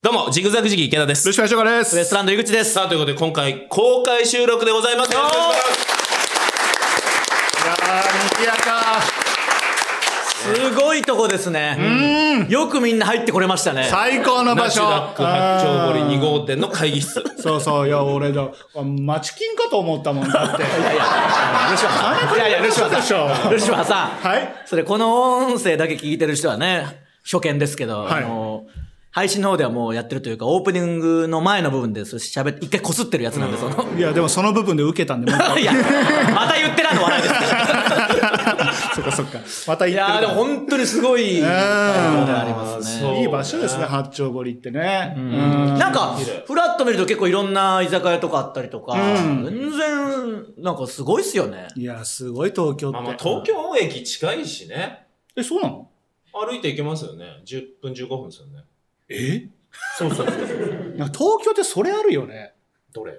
どうも、ジグザグジギー池田です。 ルシファーショカです。 ウエストランド井口です。 さあ、ということで今回公開収録でございます。よろしくお願いします。 いやー、賑やか。 すごいとこですね。よくみんな入ってこれましたね。 最高の場所。 ナチュラック八丁堀2号店の会議室。 そうそう、いや、俺だ、町金かと思ったもんだって。 ルシファーさん。いやいや、ルシファーさん。ルシファーさん。 はい。 それ、この音声だけ聞いてる人はね、初見ですけど、 はい、 配信の方ではもうやってるというか、オープニングの前の部分で喋って、一回擦ってるやつなんで、 いや、でもその部分で受けたんで、 いや、また言ってらんの笑いですから。 そっかそっか。また言ってる。いや、でも本当にすごい、ありますね。 いい場所ですね、八丁堀ってね。 なんか、フラッと見ると結構いろんな居酒屋とかあったりとか、全然、なんかすごいっすよね。 いや、すごい東京って。 まあ東京駅近いしね。 そうなの？ 歩いて行けますよね。10分15分ですよね。 そうそうそう。東京ってそれあるよね。 どれ？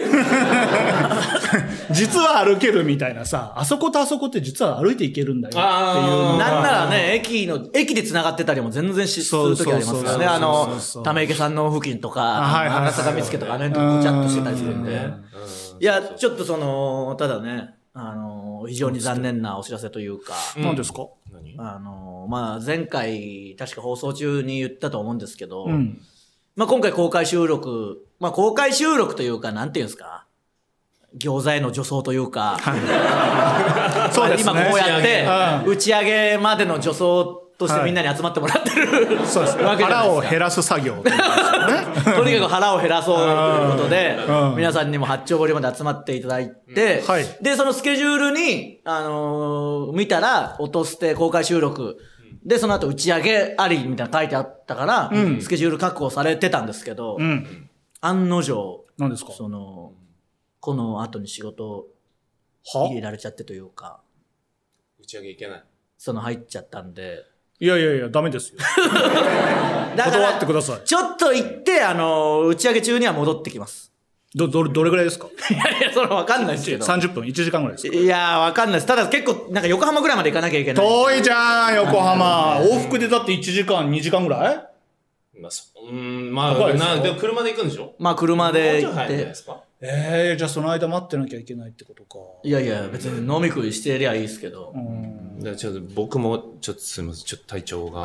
実は歩けるみたいなさ、あそことあそこって実は歩いて行けるんだよっていうの。 なんならね、駅で繋がってたりも全然する時ありますからね。ため池さんの付近とか、赤坂見附とかね、ごちゃっとしてたりするんで。いや、ちょっとただね、非常に残念なお知らせというか。 何ですか？ まあ、前回、確か放送中に言ったと思うんですけど、まあ今回公開収録というか、なんていうんですか、餃子への助走というか、 そうですね。 今こうやって、打ち上げまでの助走としてみんなに集まってもらってる、 そうですね。腹を減らす作業。 とにかく腹を減らそうということで、皆さんにも八丁堀まで集まっていただいて、で、そのスケジュールに、見たら、音捨て公開収録、で、その後打ち上げありみたいな書いてあったから、スケジュール確保されてたんですけど、案の定、 何ですか？ この後に仕事入れられちゃってというか、 打ち上げ行けない。 入っちゃったんで。 いや、ダメですよ。断ってください。 ちょっと行って、打ち上げ中には戻ってきます。 どれぐらいですか？ いや、それわかんないですけど。 30分、1時間ぐらいですか？ いや、わかんないです。ただ結構、なんか横浜ぐらいまで行かなきゃいけない。 遠いじゃん、横浜。往復でだって1時間、2時間ぐらい？ まあ、でも車で行くんでしょ？ まあ、車で行って。 もうちょい早いんじゃないですか？ じゃあその間待ってなきゃいけないってことか。 いやいや、別に飲み食いしてりゃいいですけど。 ちょっと僕も、ちょっとすみません、ちょっと体調が。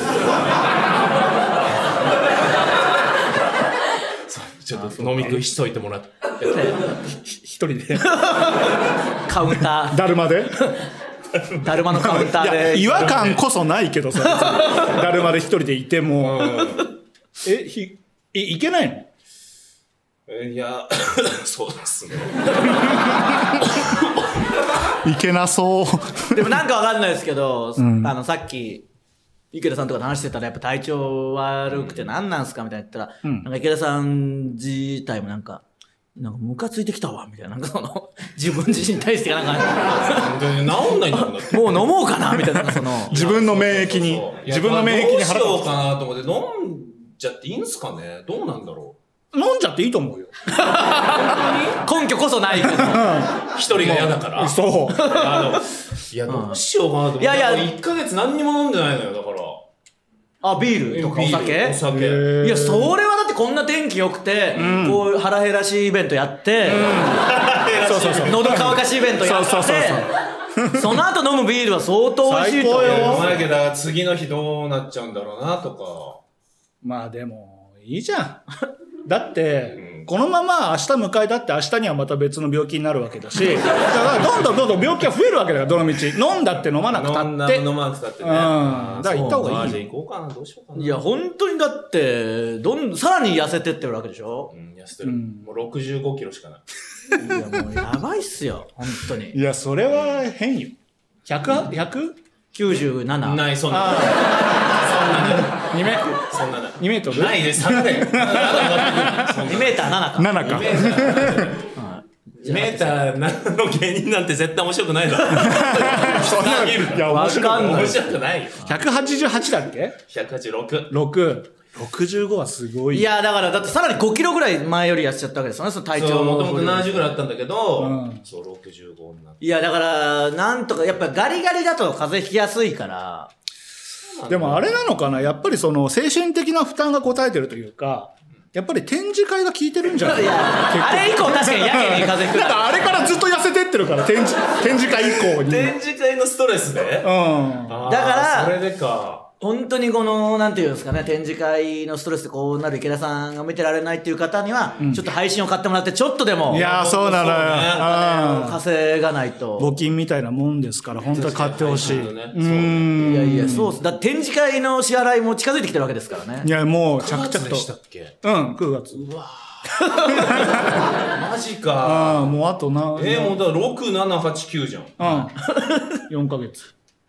ちょっと飲み食いしといてもらって。 一人で。 カウンター。 だるまでだるまのカウンターで。 違和感こそないけどさ、だるまで一人でいても。いけないの？ いや、そうですね。 いけなそう。 でもなんかわかんないですけど、さっき、池田さんとかと話してたらやっぱ体調悪くて何なんすかみたいな言ったら、なんか池田さん自体もなんかムカついてきたわみたいな、自分自身に対してなんか治んないんだもんだって。 もう飲もうかなみたいな自分の免疫にどうしようかなと思って飲んじゃっていいんすかね？どうなんだろう。 飲んじゃっていいと思うよ。 根拠こそないけど。 一人が嫌だから。 そう。 いや、どうしようかなと思って。いやいや、1ヶ月何にも飲んでないのよ、だから。 あ、ビールとかお酒？ お酒。 いや、それはだってこんな天気良くて、こう腹減らしイベントやって、そう。喉乾かしイベントやって、その後飲むビールは相当美味しいと思うよ。 だけど、次の日どうなっちゃうんだろうな、とか。 まあでも、いいじゃん。だって、このまま明日迎えたって明日にはまた別の病気になるわけだし、だからどんどん病気が増えるわけだから、どの道。飲んだって飲まなくたって。 飲まなくたってね。 だから行った方がいい。 じゃあ行こうかな、どうしようかな。 いや、本当にだって、さらに痩せてってるわけでしょ？ 痩せてる。もう65キロしかない。 いや、もうやばいっすよ、本当に。 いや、それは変よ。 100?97? ない、そんな。 2メートルないです、3だよ。 2メーター7か。 7か。 2メーター7の芸人なんて絶対面白くないだろ。 そんな、いや、面白くないよ。 188だっけ？ 186。 65はすごい。 いや、だってさらに5キロぐらい前より痩せちゃったわけですよね、その体調も。 もともと70ぐらいあったんだけど、そう、65になって。 いや、だから、なんとか、やっぱガリガリだと風邪ひきやすいから、 でもあれなのかな、やっぱりその精神的な負担が応えてるというか、やっぱり展示会が効いてるんじゃない？ いやあれ以降確かにやけに風邪ひく。 なんかあれからずっと痩せてってるから、展示会以降に。 展示会のストレスで、 うん。 だからそれでか。 本当にこの、なんていうんですかね、展示会のストレスでこうなる池田さんが見てられないっていう方には、ちょっと配信を買ってもらって、ちょっとでも。 いやー、そうなのよ。 稼がないと。 募金みたいなもんですから、本当に買ってほしい。 いやいや、そうっす。だって展示会の支払いも近づいてきてるわけですからね。 いや、もう、着々と。 9月でしたっけ？ うん、9月。 うわマジか。 ああ、もうあとな。 もうだから6、7、8、9じゃん。 うん。4ヶ月。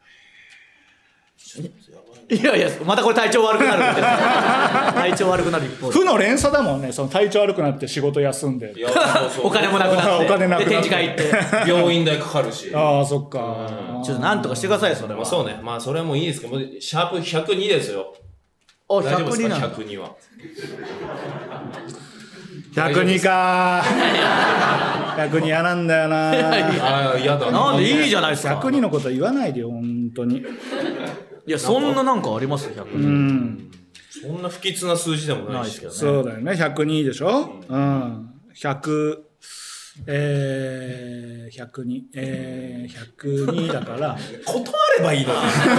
いやいや、またこれ体調悪くなるんで。体調悪くなる一方で。 負の連鎖だもんね。その体調悪くなって仕事休んで。 いやそうお金もなくなって。 お金なくなって。 で、展示会行って。 病院代かかるし。 ああ、そっか。 ちょっとなんとかしてください、それは。 まあそうね。まあそれはもういいですけど、シャープ102ですよ。 あ、 大丈夫です 102 かなんだ。 102は。 102か102嫌なんだよなああ、嫌だな。 なんでいいじゃないですか。 102のこと言わないでよ、本当に。 いや、そんななんかありますよ、102。 うん。 そんな不吉な数字でもないですけどね。 そうだよね、102でしょ。うん。100、102、102だから。 断ればいいのに。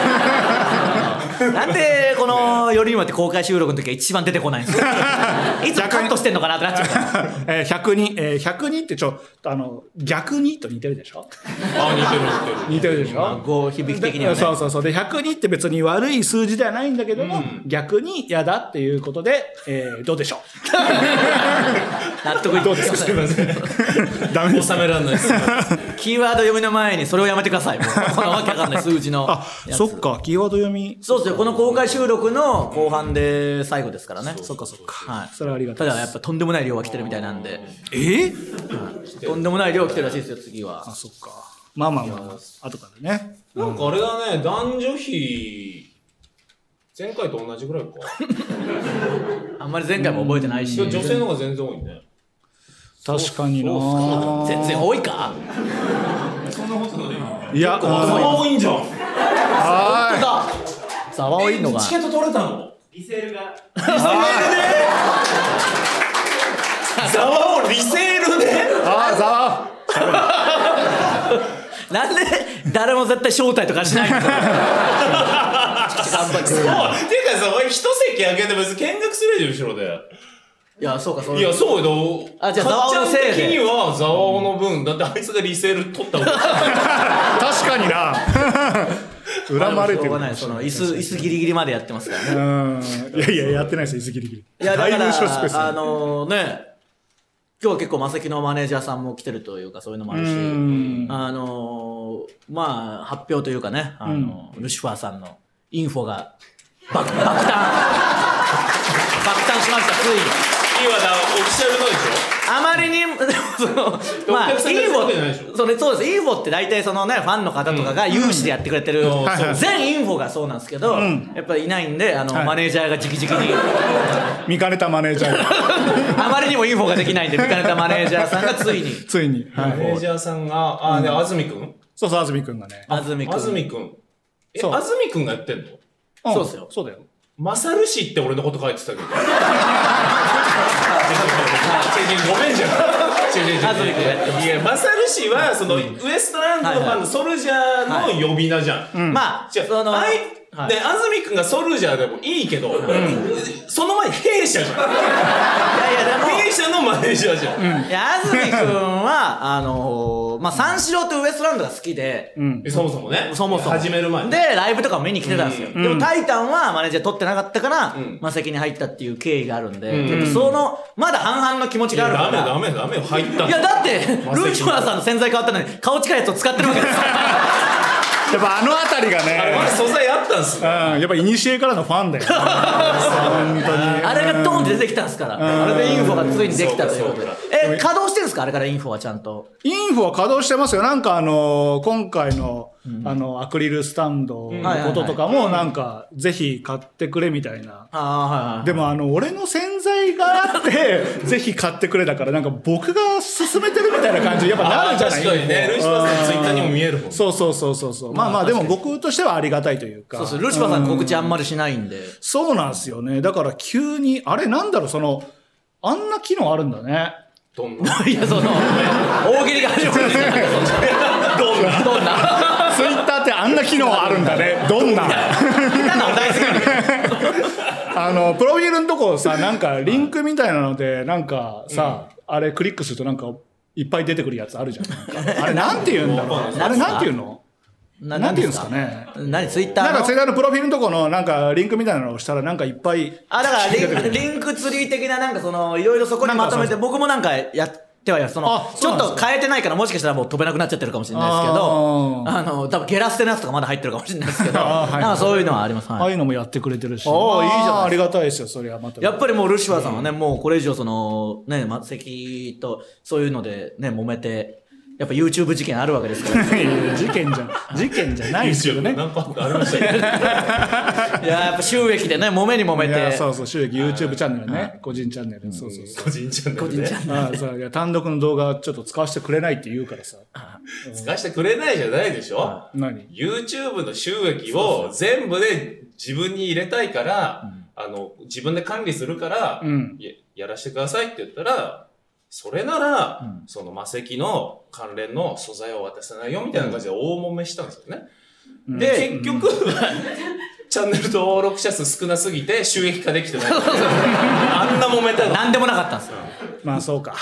なんで、この、よりにもって公開収録の時は一番出てこないんですか？いつカットしてんのかなってなっちゃうから。 102、102って逆にと似てるでしょ？ あ、似てる。 似てるでしょ？ 語響き的にはね。 そうそうそう。で、102って別に悪い数字ではないんだけども、逆に嫌だっていうことで、どうでしょう？ 納得いってます。 すいません。 ダメです。 収められないです。 キーワード読みの前にそれをやめてください。もうこのわけわかんない数字の。 あ、そっか、キーワード読み。 そうですよ。この公開収録の後半で最後ですからね。 そっかそっか。 はい。 それはありがたい。 ただやっぱとんでもない量が来てるみたいなんで。とんでもない量来てるらしいですよ、次は。 あ、そっか。まあまあまあ、後からね。 なんかあれだね、男女比、前回と同じぐらいか。 あんまり前回も覚えてないし。 女性の方が全然多いね。 確かにな。 全然多いか？ そんなことない。 いや、 ざわ多いんじゃん。 はざわ多いのが。 チケット取れたの？ リセールが。 ざわをリセールで？ あー、ざわ。 なんで誰も絶対招待とかしないんですよ。 そう。ていうかさ、一席空けて別に見学するでしょ、後ろで。 いや、そうか、そういや、そうよ。 あ、じゃあ、ザワオのせいで。 的には、ザワオの分、だってあいつがリセール取ったもん。 確かにな。恨まれてる。 しょうがない。その、椅子ギリギリまでやってますからね。 うん。いやいや、やってないです、椅子ギリギリ。 いや、だから、 だいぶ後ろスペース今日は結構、マセキのマネージャーさんも来てるというか、そういうのもあるし、まあ、発表というかね、ルシファーさんのインフォが、爆誕しました、ついに。 いいわな、オフィシャルのでしあまりに、まあ、インフォ、そうです。インフォって大体そのね、ファンの方とかが有志でやってくれてる、全インフォがそうなんですけど、やっぱりいないんで、マネージャーが直々に。 見かねたマネージャーが。 あまりにもインフォができないんで、見かねたマネージャーさんがついに。 ついに。 マネージャーさんが、で、安住くん？ そうそう、安住くんがね。 安住くん。 安住くん。安住くんがやってんの？ そうですよ。 そうだよ。 マサル氏って俺のこと書いてたけど。ごめんじゃん。いや、マサル氏は、その、ウエストランドのファンのソルジャーの呼び名じゃん。 まあ、 じゃあ、安住くんがソルジャーでもいいけど、その前に弊社じゃん。いや、弊社のマネージャーじゃん。 いや、安住くんは、まあ、三四郎とウエストランドが好きで、 そもそもね。 そもそも。 始める前に。 で、ライブとかも見に来てたんですよ。でも、タイタンはマネージャー取ってなかったから、マセキに入ったっていう経緯があるんで、その、まだ半々の気持ちがあるから。 ダメ、入ったんだ。 いや、だって、ルシファーさんの洗剤変わったのに、顔近いやつを使ってるわけですよ。 やっぱあのあたりがね。 あれ、素材あったんすよ。 やっぱ古からのファンだよ。本当に。 あれがドーンって出てきたんですから。あれでインフォがついにできたということで。稼働してるんですか？あれからインフォはちゃんと。 インフォは稼働してますよ。なんか今回の、 アクリルスタンドのこととかもなんか、ぜひ買ってくれみたいな。でも俺の洗剤があって、ぜひ買ってくれだから、なんか僕が勧めてるみたいな感じにやっぱなるじゃない。 確かにね、ルシファーさんツイッターにも見えるもん。 そう。まあでも僕としてはありがたいというか。 そう、ルシファーさん告知あんまりしないんで。 そうなんですよね。だから急に、あれなんだろう、あんな機能あるんだね。 どんな？ いや、大喜利が始まるんですよ。どんなツイッターってあんな機能あるんだね。どんなプロフィールのとこさ、なんかリンクみたいなので、なんかさ、あれクリックするとなんかいっぱい出てくるやつあるじゃん。あれなんて言うんだろう。あれなんて言うの？なんて言うんですかね。 何ツイッターの？ なんかツイッターのプロフィールのとこのなんかリンクみたいなのを押したらなんかいっぱい。 だからリンクツリー的ななんかいろいろそこにまとめて、僕もなんかやってはいる。ちょっと変えてないからもしかしたらもう飛べなくなっちゃってるかもしれないですけど、多分ゲラ捨てのやつとかまだ入ってるかもしれないですけど、なんかそういうのはあります。 ああいうのもやってくれてるし。いいじゃん。 ありがたいですよ、それはまた。 やっぱりもうルシファーさんはね、もうこれ以上ね、関とそういうのでね、揉めて、やっぱ YouTube 事件あるわけですから。 事件じゃないですよね。 何パありましたね。 いや、やっぱ収益でね、揉めに揉めて。 そう、収益 YouTube チャンネルね。個人チャンネル。そう。 個人チャンネルね。 そう、いや、単独の動画ちょっと使わせてくれないって言うからさ。 使わせてくれないじゃないでしょ？ 何？ YouTube の収益を全部で自分に入れたいから、自分で管理するから、やらせてくださいって言ったら、それなら、魔石の関連の素材を渡せないよみたいな感じで大揉めしたんですよね。で、結局、チャンネル登録者数少なすぎて収益化できてない。あんな揉めたの。 なんでもなかったんですよ。 まあそうか。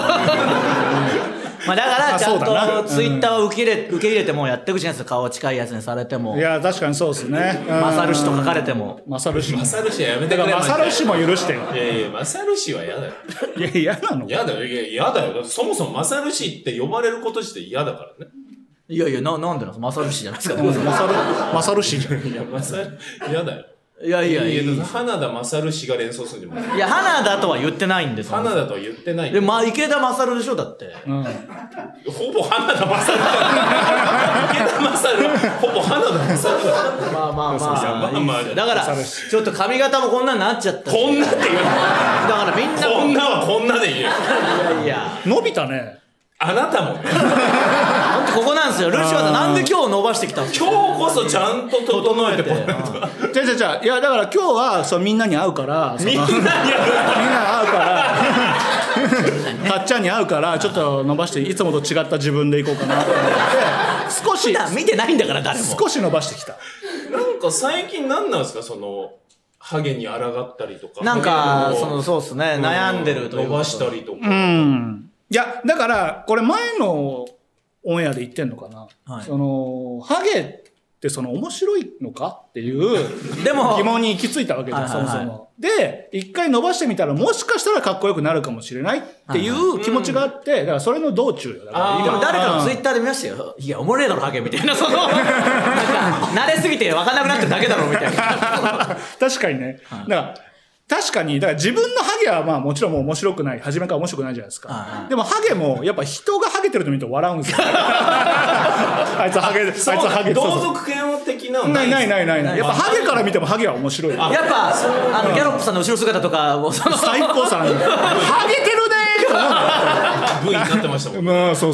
だからちゃんとツイッターは受け入れてもやっていくじゃないですか。顔近いやつにされても。 いや確かにそうですね。 マサル氏と書かれても。 マサル氏はやめてくれ。 マサル氏も許してよ。 いやマサル氏は嫌だよ。 いや嫌なの？ 嫌だよ。嫌だよ。そもそもマサル氏って呼ばれること自体嫌だからね。 いやなんでマサル氏じゃないですか。 マサル氏じゃん。 いやマサル嫌だよ。 いや花田勝氏が連想するんじゃん。 いや花田とは言ってないんです。 花田とは言ってない。 で池田勝でしょだって。 ほぼ花田勝だ。池田勝ほぼ花田勝だ。 まあだからちょっと髪型もこんなになっちゃったし。 こんなって言うの。だからみんなこんなはこんなで言う。 いや伸びたね。 あなたもね。 ここなんですよ。ルシファーさんなんで今日伸ばしてきたんですか？ 今日こそちゃんと整えてこないと。 じゃあいやだから今日はみんなに会うからみんなに会うからたっちゃんに会うからちょっと伸ばしていつもと違った自分でいこうかなと思って少し普段見てないんだから誰も少し伸ばしてきた。 なんか最近何なんですかハゲに抗ったりとか。 なんかそうですね悩んでるという伸ばしたりとか。 いやだからこれ前のオンエアで言ってんのかな、ハゲって面白いのかっていう疑問に行き着いたわけじゃん、そもそも。で一回伸ばしてみたらもしかしたらかっこよくなるかもしれないっていう気持ちがあって、だからそれの道中よ。だからでも誰かのツイッターで見ましたよ。いやおもれえだろハゲみたいななんか慣れすぎて分かんなくなってるだけだろみたいな。 確かにね。だから確かに、だから自分のハゲはまあもちろんもう面白くない、初めから面白くないじゃないですか。でもハゲもやっぱ人がハゲてるの見ると笑うんですよ。あいつハゲ同族嫌悪的なのない。やっぱハゲから見てもハゲは面白い。 やっぱギャロップさんの後ろ姿とかも最高さ。ハゲてるねーって思うんだ。 V になってましたもん。 まあそう。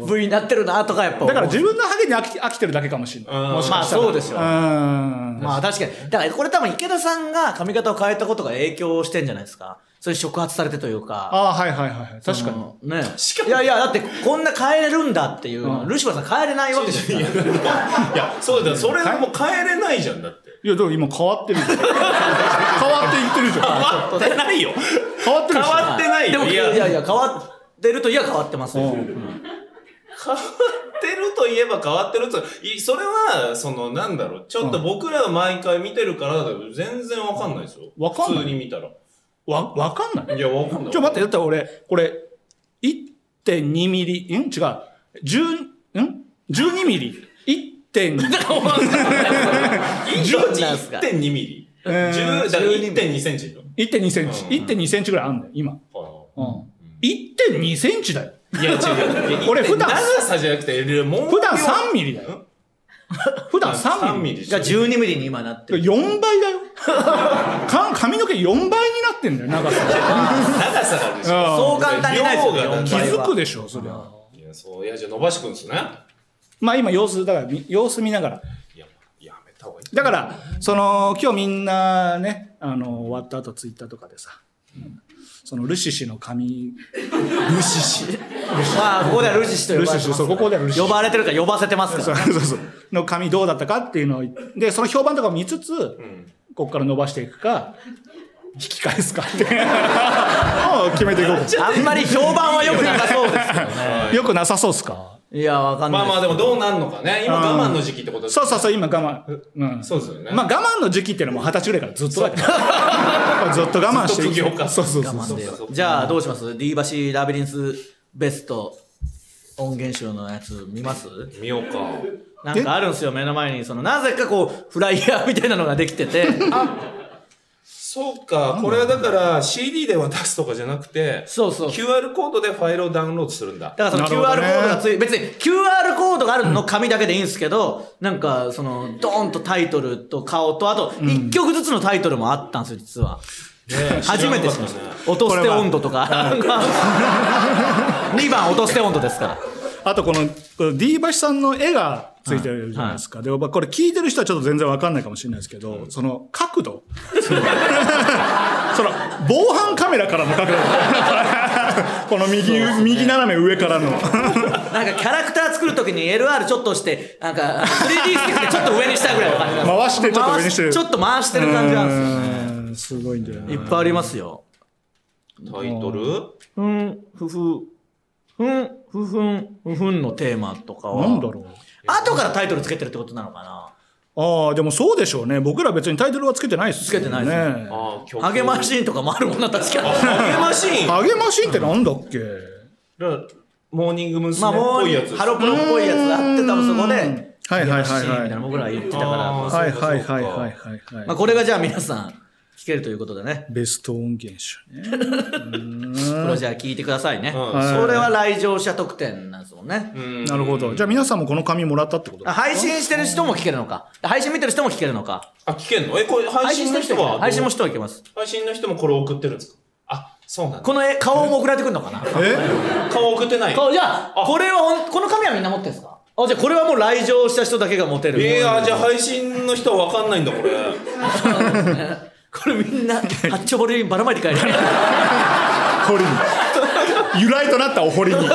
V になってるなとかやっぱ。 だから自分のハゲに飽きてるだけかもしれない。 まあそうですよ。まあ確かに。だからこれ多分池田さんが髪型を変えたことが影響してんじゃないですか。それ触発されてというか。 はい。確かに。 ね。いやだってこんな変えれるんだっていう。ルシファーさん変えれないわけですよ。いやそうだよ。それでも変えれないじゃんだって。 いやでも今変わってる。変わっていってるじゃん。 変わってないよ。 変わってる。 変わってないよ。 でもいや変わってるといや変わってますよ。 変わってるといえば変わってると、それはなんだろう、ちょっと僕ら毎回見てるから全然わかんないですよ。 わかんない。 普通に見たら。 わかんない。 いやわかんない。 待って、だったら俺これ 1.2 ミリ違う12ミリ 1.2 1.2ミリだから1.2センチ。 1.2センチ。1.2センチぐらいあんだよ、今。1.2センチだよ。 いや違う。 俺普段長さじゃなくて、 普段3ミリだよ。 普段3ミリが12ミリに今なってる。 4倍だよ。髪の毛4倍になってんだよ、長さ。 長さがでしょ。 そう簡単にないですよ、4倍は。 気づくでしょ、そりゃ。 いや、じゃあ伸ばしてくんですね。 まあ今様子見ながら。 やめた方がいい。 だから、今日みんなね、終わった後ツイッターとかでさ、そのルシシの髪、 ルシシ。 まあ、ここではルシシと呼ばれてます。 そう、ここではルシシ。 呼ばれてるから呼ばせてますから。 そう。の髪どうだったかっていうのを、で、その評判とかを見つつ、ここから伸ばしていくか、引き返すかって決めていこう。 あんまり評判は良くなさそうですけどね。 よくなさそうっすか？ いや、わかんない。 まあでもどうなんのかね。今我慢の時期ってことですか？そう、今我慢。 そうですよね。 まあ我慢の時期っていうのも20歳ぐらいからずっとだからずっと我慢していく。 ずっと苦行か。 そう。 じゃあどうします？ D 橋ラビリンスベスト音源集のやつ見ます？ 見ようか。 なんかあるんですよ、目の前に。なぜかこう、フライヤーみたいなのができてて。 そうか、これはだから CD で渡すとかじゃなくて、 そう。 QR コードでファイルをダウンロードするんだ。 だからQR コードが別に QR コードがあるの紙だけでいいんですけど、なんかドーンとタイトルと顔と、あと1曲ずつのタイトルもあったんですよ、実は。初めて知りました。音捨て温度とか。2番音捨て温度ですから。 あとこの D 橋さんの絵がついてるじゃないですか。で、これ聞いてる人はちょっと全然わかんないかもしれないですけど、その角度。防犯カメラからの角度。この右斜め上からの。なんかキャラクター作るときに LR ちょっと押して、なんか 3D スティックでちょっと上にしたぐらいの感じなんです。 回してちょっと上にしてる。 ちょっと回してる感じなんですよね。 すごいんだよね。 いっぱいありますよ。 タイトル？ ふふんのテーマとかは。 なんだろう。 後からタイトルつけてるってことなのかな。 ああ、でもそうでしょうね。僕ら別にタイトルはつけてないですよね。つけてないですね。ハゲマシーンとかもあるもんな、確かに。 ハゲマシーン？ ハゲマシーンってなんだっけ？ モーニング娘。っぽいやつ。 ハロプロっぽいやつあって、多分そこで、 はい。 みたいな僕ら言ってたから。 はい。 まあこれがじゃあ皆さん、聞けるということでね。 ベスト音源集ね。 これじゃあ聞いてくださいね。それは来場者特典なんですもんね。 なるほど。じゃあ皆さんもこの紙もらったってことですか？ 配信してる人も聞けるのか。配信見てる人も聞けるのか。 聞けるの？これ配信の人は？ 配信の人はいけます。 配信の人もこれ送ってるんですか？そうなんだ。 この顔も送られてくるのかな？ 顔送ってない？ じゃあ、この紙はみんな持ってるんですか？じゃあこれはもう来場した人だけが持てる。 じゃあ配信の人は分かんないんだ、これ。 これみんな、八丁堀にばらまいて帰る。 堀に。由来となったお堀に。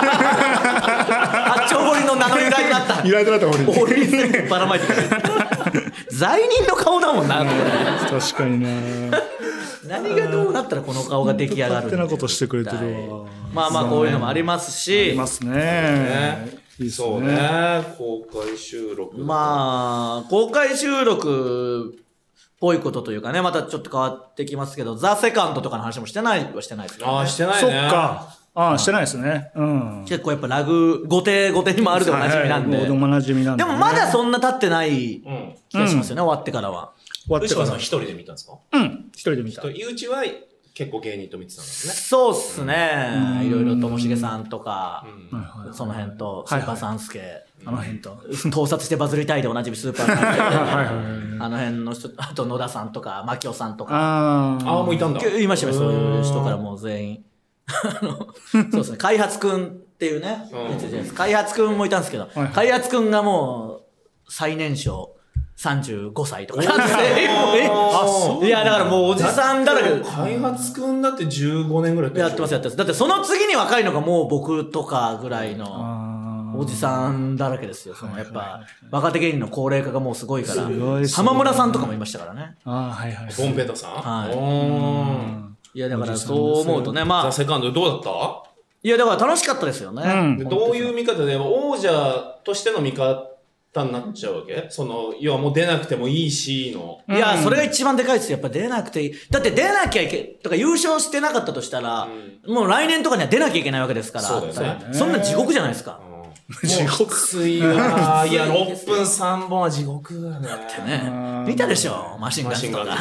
八丁堀の名の由来となった。 由来となった堀に。 堀にばらまいて帰る。罪人の顔だもんな、これ。 確かにな。 何がどうなったらこの顔が出来上がる勝手なことしてくれてるわ。 まあこういうのもありますし。 ありますね。 そうね。公開収録。 まあ、公開収録っぽいことというかね、またちょっと変わってきますけど、ザ・セカンドとかの話もしてないですね。 してないね。 そっか。してないですね。 結構やっぱラグ、後手にもあるでおなじみなんで。 おなじみなんで。 でもまだそんな経ってない気がしますよね、終わってからは。 牛川さん一人で見たんですか？ 一人で見た。 井内は結構芸人と見てたんですね。 そうっすね。いろいろともしげさんとか、その辺と、スーパーサンスケ。 あの辺と。 盗撮してバズりたいでおなじみスーパーサンスケ。あの辺の人、あと野田さんとか、牧雄さんとか。 もういたんだ。 いましたよ、そういう人からもう全員。そうですね、開発くんっていうね、開発くんもいたんですけど、開発くんがもう、最年少。35歳とかなんですね。いや、だからもうおじさんだらけ。 開発くんだって15年ぐらいやってます。だってその次に若いのがもう僕とかぐらいのおじさんだらけですよ。やっぱ、若手芸人の高齢化がもうすごいから。浜村さんとかもいましたからね。 ゴンペタさん？ はい。いや、だからそう思うとね、 ザ・セカンドどうだった？ いや、だから楽しかったですよね。 どういう見方で、王者としての見方になっちゃうわけ？要はもう出なくてもいいしの。 いや、それが一番でかいですよ。やっぱ出なくていい。だって出なきゃいけ、とか優勝してなかったとしたら、もう来年とかには出なきゃいけないわけですから。 そうだよね。 そんな地獄じゃないですか。 地獄。 きついわ。いや、6分3本は地獄だね。だってね。見たでしょ？マシンガンズとか。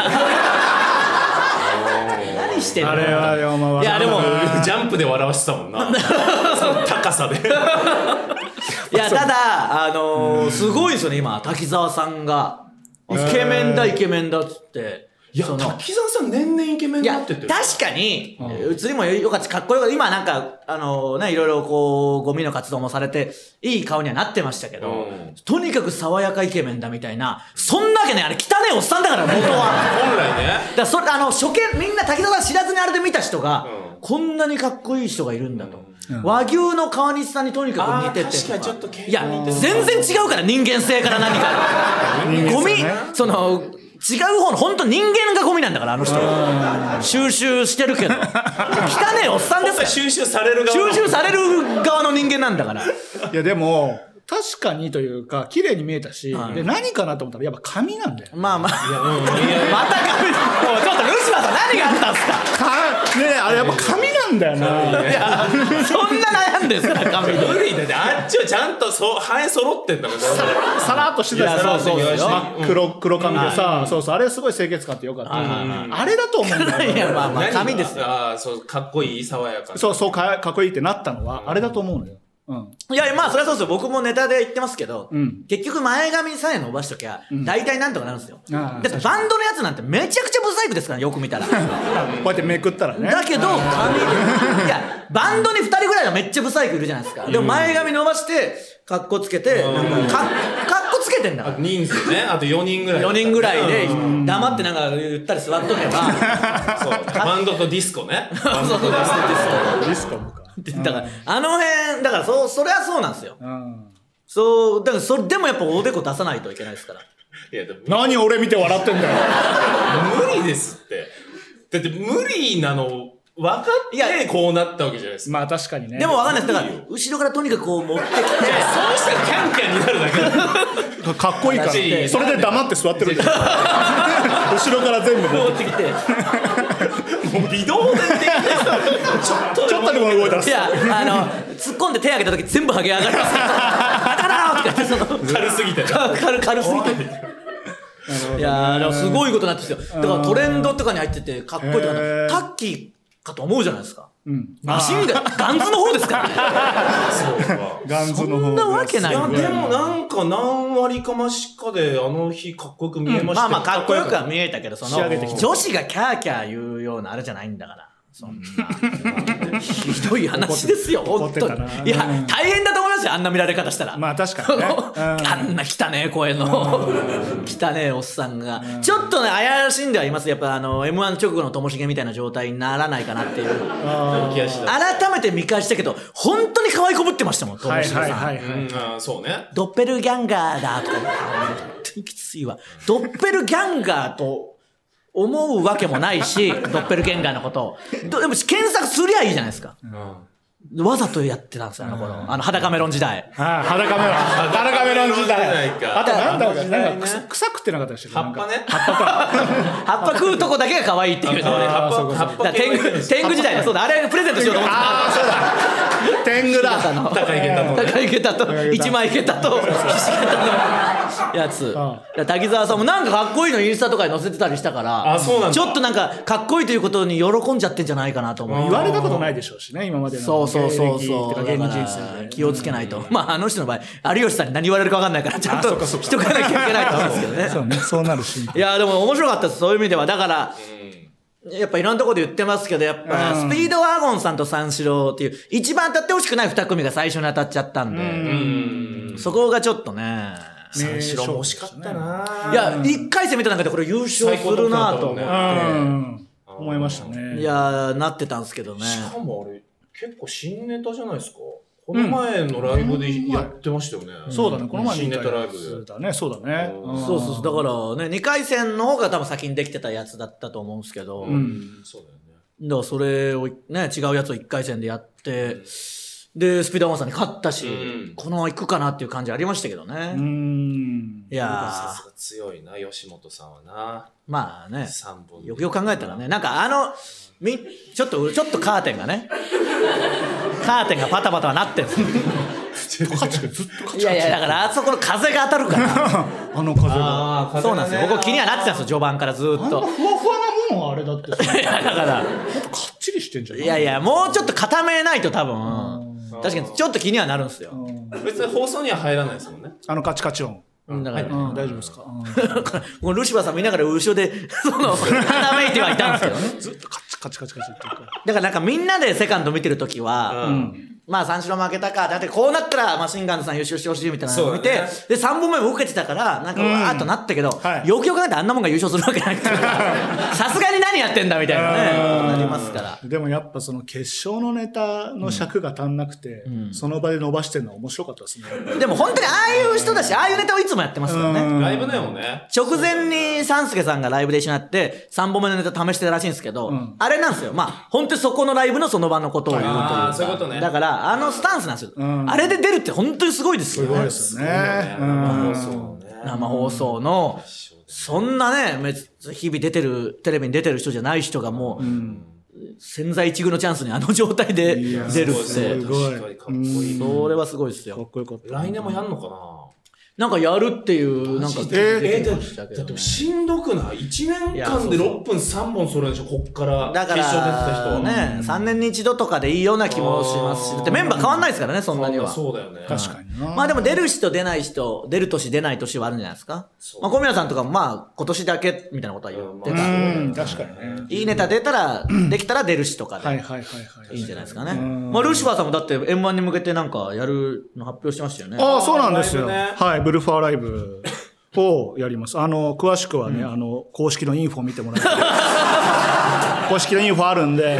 何してんの？ あれは、 いや、でも、 ジャンプで笑わしてたもんな。その高さで。 いや、ただ、すごいですよね、今、滝沢さんが。イケメンだ、イケメンだっつって。 いや、滝沢さん年々イケメンになってってる。 確かに、映りもよかったし、かっこよかった。今なんか、いろいろこう、ゴミの活動もされて、いい顔にはなってましたけど、とにかく爽やかイケメンだみたいな、そんなわけね、あれ汚ねえおっさんだから、元は。 本来ね。 だから初見、みんな滝沢さん知らずにあれで見た人が、こんなにかっこいい人がいるんだと。和牛の川西さんにとにかく似てて。 確かにちょっといや、全然違うから、人間性から何か。ゴミ、違う方の本当人間がゴミなんだからあの人収集してるけど汚ねえおっさんですから収集される側の人間なんだから。 いやでも確かにというか綺麗に見えたし、で何かなと思ったらやっぱ髪なんだよ。 まあまあまた髪。ちょっとルシファーさん何があったんすか。 ねえあれやっぱ髪なんだよな。 いやそんな悩んでんすか髪。 無理だってあっちはちゃんとハエ揃ってんだもんね。 さらっとしてたやつ。そう黒髪でさ、そうそうあれすごい清潔感ってよかった。あれだと思うんだよ。 いやまあまあ髪ですよ。 ああそうかっこいい爽やか。 そうかっこいいってなったのはあれだと思うのよ。 いやまあそれはそうですよ。僕もネタで言ってますけど、結局前髪さえ伸ばしときゃ大体なんとかなるんですよ。だってバンドのやつなんてめちゃくちゃブサイクですからよく見たら。こうやってめくったらね。 だけど髪いやバンドに2人ぐらいはめっちゃブサイクいるじゃないですか。でも前髪伸ばしてカッコつけてなんかカッコつけてんだから。 人数ねあと4人ぐらい。 4人ぐらいで黙ってなんかゆったり座っとけば。 そうバンドとディスコね。バンドとディスコもか。 だからあの辺だからそれはそうなんですよ。そうだからでもやっぱおでこ出さないといけないですから。 いやでも何俺見て笑ってんだよ。 無理ですって。だって無理なの分かってこうなったわけじゃないですか。 まあ確かにね。 でも分かんないです。だから後ろからとにかくこう持ってきてそうしたらキャンキャンになるだけだ。 かっこいいからそれで黙って座ってる。後ろから全部持ってきてもう微動でできない。 ちょっとでも動いたら。 いや突っ込んで手挙げた時全部ハゲ上がります。 軽すぎて軽すぎて。いやでもすごいことになってるんですよ。だからトレンドとかに入っててかっこいいとかタッキーかと思うじゃないですか。マシンガンズの方ですからね。 そうか。 ガンズの方。 そんなわけない。 いやでもなんか何割かましかであの日かっこよく見えました。 まあまあかっこよくは見えたけど女子がキャーキャー言うようなあれじゃないんだから。そんなひどい話ですよ本当に。いや大変だと思いますよあんな見られ方したら。 まあ確かにね。 あんな汚ねえ声の汚ねえおっさんがちょっとね怪しんではいます。やっぱM1 直後のともしげみたいな状態にならないかなっていう改めて見返したけど本当に可愛いこぶってましたもんともしげさん。 そうね。 ドッペルギャンガーだとか本当にきついわ。ドッペルギャンガーと思うわけもないし、ドッペルゲンガーのことを。でも検索すりゃいいじゃないですか。わざとやってたんですよ、あの頃。裸メロン時代。 裸メロン時代。あとなんだろうね。臭くってなかったでしょ。 葉っぱね。 葉っぱ食うとこだけが可愛いっていう。葉っぱ天狗時代だ。そうだ、あれプレゼントしようと思ってた。 ああ、そうだ。天狗だ。 高い下駄と、一枚下駄と、ひし形のやつ。滝沢さんもなんかかっこいいのインスタとかに載せてたりしたから、ちょっとなんかかっこいいということに喜んじゃってんじゃないかなと思う。 言われたことないでしょうしね、今までの。 そう芸人人生気をつけないと。まああの人の場合有吉さんに何言われるか分かんないからちゃんとしとかなきゃいけないと思うんですけどね。 そうね、そうなるし。 いやでも面白かったです。そういう意味ではだからやっぱいろんなところで言ってますけどやっぱスピードワゴンさんと三四郎っていう一番当たってほしくない2組が最初に当たっちゃったんでそこがちょっとね三四郎も惜しかったな。 いや1回戦見た中でこれ優勝するなと思って思いましたね。 いやなってたんですけどね。 しかもあれ結構新ネタじゃないですか。この前のライブでやってましたよね。 そうだね、この前の新ネタライブだね、そうだね。 そうだからね2回戦の方が多分先にできてたやつだったと思うんですけど、 そうだよね。 だからそれをね違うやつを1回戦でやってでスピードワゴンさんに勝ったしこのまま行くかなっていう感じありましたけどね。いやさすが強いな吉本さんはな。 まあね 3本よくよく考えたらねなんかちょっとカーテンがねカーテンがパタパタはなってるんですよ。いやだからあそこの風が当たるからあの風がそうなんですよ。僕気にはなってたんですよ序盤からずっと。 ふわふわなものはあれだっていやだからかっちりしてんじゃん。 いやもうちょっと固めないと多分確かにちょっと気にはなるんですよ。 別に放送には入らないですもんね。 カチカチ音。 だから、 大丈夫ですか。 このルシファーさん見ながら後ろで、はめいてはいたんですけどね。 ずっとカチカチっていうか。 だからなんかみんなでセカンド見てるときは、まあ三四郎負けたか、だってこうなったらマシンガンズさん優勝してほしいみたいなのを見て、で3本目も受けてたから、なんかわーっとなったけど、よくよく考えてあんなもんが優勝するわけないから、さすがに何やってんだみたいなね、なりますから。 でもやっぱその決勝のネタの尺が足んなくて、その場で伸ばしてるのは面白かったですね。 でも本当にああいう人だし、ああいうネタをいつもやってますからね。 ライブだよね。 直前に三助さんがライブで一緒になって3本目のネタ試してたらしいんですけど、あれなんですよ。まあ本当にそこのライブのその場のことを言うというか、 そういうことね。 だからスタンスなんですよ。あれで出るって本当にすごいですよね。 すごいですよね。 生放送のそんなね、日々出てるテレビに出てる人じゃない人がもう、千載一遇のチャンスにあの状態で出るって、 すごい。 それはすごいですよ。 かっこよかった。 来年もやんのかな。 なんかやるっていうなんかだってしんどくない？ 1 年間で6分3本揃えるでしょ、こっからだから決勝出てた人ね、3年に一度とかでいいような気もしますし、だってメンバー変わんないですからね、そんなには。 そうだよね。 確かにな。 まあでも出る人出ない人、出る年出ない年はあるんじゃないですか。まあ小宮さんとかもまあ今年だけみたいなことは言ってた。 確かにね。 いいネタ出たら、できたら出るしとかでいいんじゃないですかね。まあルシファーさんもだって M1 に向けてなんかやるの発表してましたよね。 ああ、そうなんですよ。はい、ブルファーライブをやります。詳しくはね、公式のインフォ見てもらって。公式のインフォあるんで。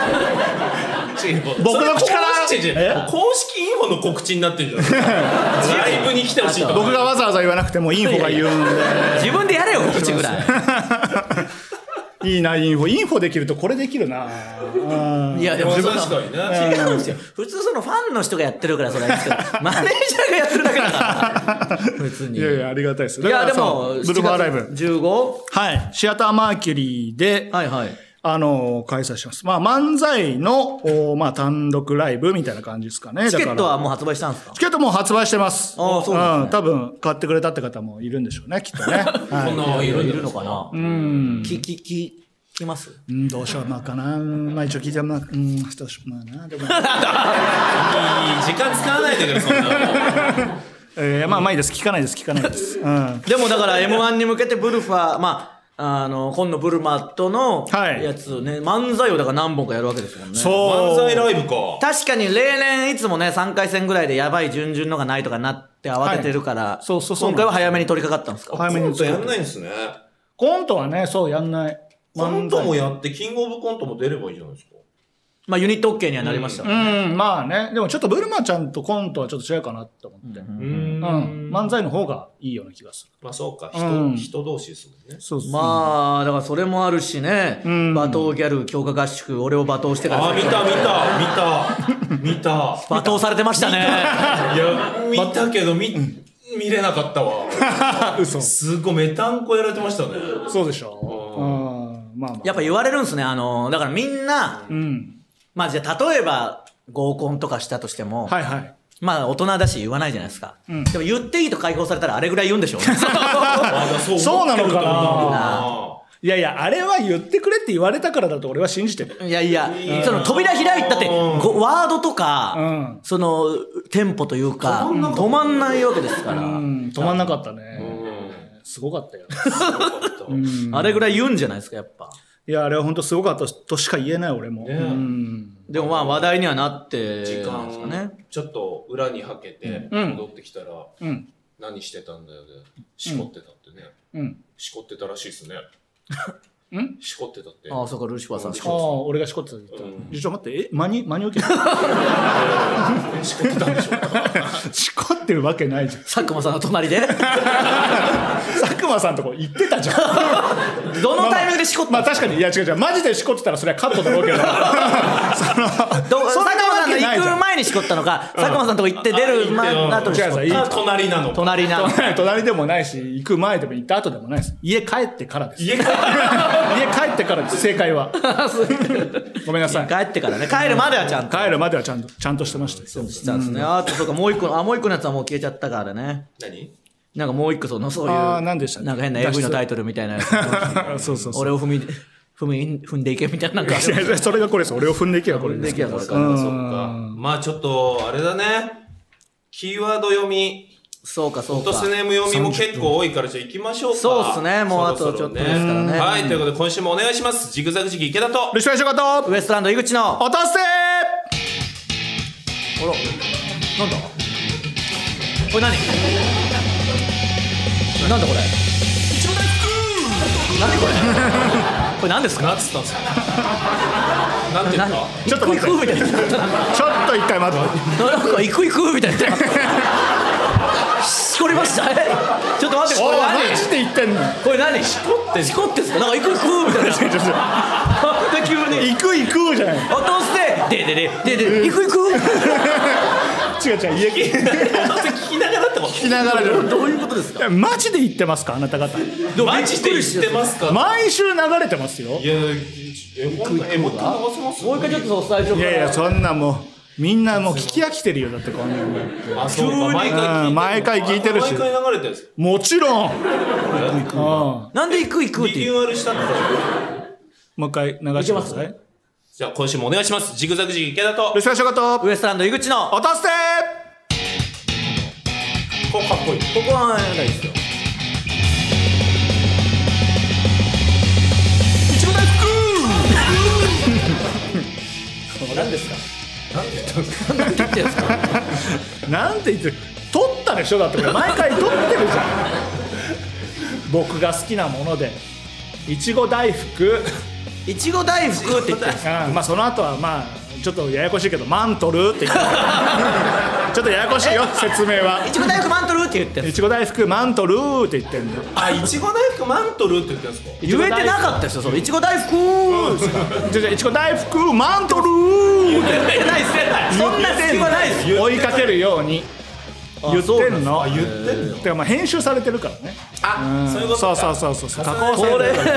僕の口から公式インフォの告知になってるじゃないですか。ライブに来てほしいと。 僕がわざわざ言わなくてもインフォが言うんで。 自分でやれよ、告知ぐらい。 いいな、インフォできるとこれできるな。 いやでも確かにね。 違うんですよ。普通そのファンの人がやってるからそれはいいですけど、マネージャーがやってるだけだから別に。 いやいや、ありがたいです。 いやでもブルファーライブ 15？ はい、シアターマーキュリーで、はいはい、開催します。まあ漫才のまあ単独ライブみたいな感じですかね。 チケットはもう発売したんですか？ チケットもう発売してます。 ああ、そうなんですね。 多分買ってくれたって方もいるんでしょうね、きっとね。 そんないるのかな。 聞きます？ どうしようまあかな。まあ一応聞いてもどうしようまあな。でもいい時間使わないでください。 まあまあいいです。聞かないです。 でもだから M1 に向けてブルファー、まあ今度ブルマットのやつね、漫才をだから何本かやるわけですもんね。 そう。 漫才ライブか。 確かに例年いつもね3回戦ぐらいでやばい準々のがないとかなって慌ててるから、今回は早めに取り掛かったんですか？ 早めにやんないんですね。 コントはね、そうやんない。 コントもやってキングオブコントも出ればいいじゃないですか。 まあユニット OK にはなりましたね。 まあね。でもちょっとブルマちゃんとコントはちょっと違うかなって思って。漫才の方がいいような気がする。 まあそうか。人同士ですもんね。 そうまあだからそれもあるしね。罵倒ギャル強化合宿、俺を罵倒してから。 あ、見た。 罵倒されてましたね。 いや、見たけど見れなかったわ。 嘘。 すごいメタンコやられてましたね。 そうでしょ。まあやっぱ言われるんですね。だからみんな、まあじゃあ例えば合コンとかしたとしても、まあ大人だし言わないじゃないですか。でも言っていいと解放されたらあれぐらい言うんでしょうね。 そうなのかな。いやいや、あれは言ってくれって言われたからだと俺は信じてる。 いやいや、その扉開いたって、ワードとか、そのテンポというか、止まんないわけですから。 止まんなかったね。すごかったよ。 あれぐらい言うんじゃないですか、やっぱ。 いや、あれは本当すごかったとしか言えない、俺も。 でもまあ話題にはなって、 時間ちょっと裏にはけて戻ってきたら、何してたんだよで、しこってたってね。しこってたらしいですね。しこってたって。 ああ、そうか、ルシファーさん。 俺がしこってたって言った。ちょっと待って、真に受けた。 しこってたんでしょうか。 しこってるわけないじゃん。 佐久間さんの隣で佐久間さんとこ行ってたじゃん。 どのタイミングでしこってた？ まあ確かに、いや違う、マジでしこってたらそれはカットだろうけど。佐久間さんの行く前にしこったのか、佐久間さんとこ行って出る前後にしこった。 隣なの。 隣でもないし、行く前でも行った後でもないです。家帰ってからです。家帰ってからです、正解は。ごめんなさい。 帰ってからね。帰るまではちゃんと。 帰るまではちゃんとしてました。 そうしたんですね。あとそうか、もう一個のやつはもう消えちゃったからね。 何？ なんかもう一個そういう、 何でしたっけ？ なんか変な AV のタイトルみたいなやつ。 そう。 俺を踏踏んでいけみたいな。 それがこれです。俺を踏んでいけばこれです。 踏んでいけばこれか。 そっか。まあちょっと、あれだね。キーワード読み。 そうか。 落とすネーム読みも結構多いから、じゃあ行きましょうか。 そうっすね。もうあとちょっとですからね。 はい。ということで、今週もお願いします。ジグザグジギ池田と。 ルシファーショカと。 ウエストランド井口の。 落とせあら。なんだこれ何なんだこれ何これこれ何ですかなんつったんですかなんて言ったちょっと待って。ちょっと一回待って。 なんか行くみたいな。しこりました。ちょっと待って、これ何？ マジで言ってんの？ これ何？しこってんすか？なんか行くみたいな。なんで急に行くじゃない。 落としてで行く違う家聞きながらってこと？ 聞きながら。 どういうことですか？ マジで言ってますかあなた方？ マジで言ってますか？ 毎週流れてますよ。 いやもう一回流せます？ もう一回ちょっと最初から。 いやそんなもうみんなもう聞き飽きてるよ。だってこんなの。 あ、そうか。 毎回聞いてるし。 毎回流れてるんですか？ もちろん。 なんで行くってリニューアルしたんだから。 もう一回流してください。 じゃあ今週もお願いします。ジグザグジギ池田と。 ルシファーショカと。 ウエストランド井口の。 落とせここかっこいい。 ここはないですよ。 いちご大福何ですか？ なんて言ったんですか？ なんて言ってんですか？ なんて言ってる。撮ったでしょ。だってこれ毎回撮ってるじゃん。僕が好きなものでいちご大福いちご大福って言ってる。 まあその後はまあちょっとややこしいけどマントルって言ってちょっとややこしいよ説明は。 いちご大福マントルって言ってる。 いちご大福マントルって言ってんの。 あ、いちご大福マントルって言ってるんですか？ 言えてなかったですよ。それいちご大福じゃいちご大福マントル言ってないっす。そんな隙間ないっす。 追いかけるように言ってんの。 言ってんの。 てかまあ編集されてるからね。 そういうことか。 そう加工されてるから。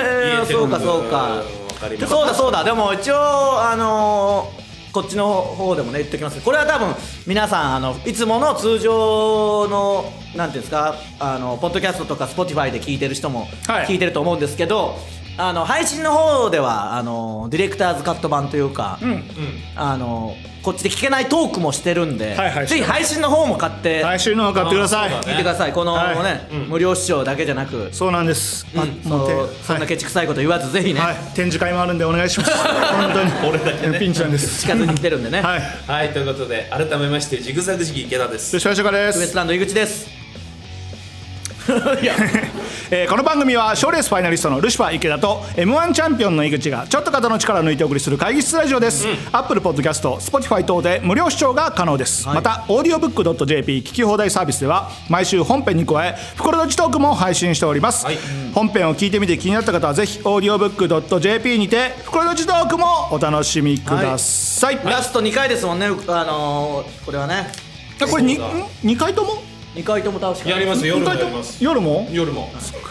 そうかそうだ。でも一応こっちの方でもね言っておきます。これは多分皆さんいつもの通常のなんていうんですかポッドキャストとか Spotify で聞いてる人も聞いてると思うんですけど、配信の方ではディレクターズカット版というか、こっちで聞けないトークもしてるんで、ぜひ配信の方も買って配信の方買ってください。 見てください。このね無料視聴だけじゃなく。 そうなんです。 そんなケチくさいこと言わずぜひね。 展示会もあるんでお願いします。本当に俺だけねピンチなんです。 近づいてきてるんでね。 はいということで改めましてジグザグジギ池田です。 ルシファーショカです。 ウエストランド井口です。 この番組は賞レースファイナリストのルシファー池田と M1 チャンピオンの井口がちょっと肩の力を抜いてお送りする会議室ラジオです。Apple Podcast、Spotify 等で無料視聴が可能です。また audiobook.jp 聞き放題サービスでは毎週本編に加え袋とじトークも配信しております。本編を聞いてみて気になった方はぜひ audiobook.jp にて袋とじトークもお楽しみください。 ラスト2回ですもんね。これはね。 これ2回とも 2回とも確かにやります。夜もやります。夜も夜の方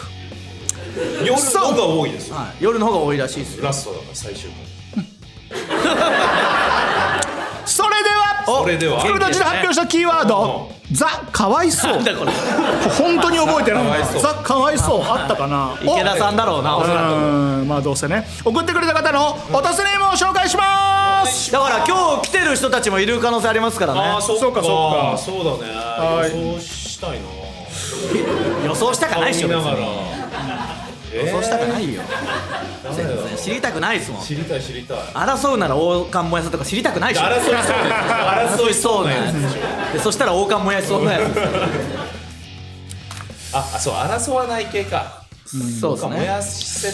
が多いですよ。 夜の方が多いらしいですよ。 ラストだから最終回。 それでは袋とじで発表したキーワードザ・かわいそう。 なんだこれ本当に覚えてない。ザ・かわいそうあったかな。 池田さんだろうなおそらく。 まあどうせね。送ってくれた方のおとすネームを紹介します。 だから今日来てる人たちもいる可能性ありますからね。 そうだね。予想したいな。 予想したかないっしょ。予想したくないよ。 全然知りたくないですもん。 知りたい。 争うなら王冠燃やすとか知りたくないでしょ。 争いそうなやつ。 でそしたら王冠燃やしそうなやつ。 そう争わない系か。 そうですね。 燃やせ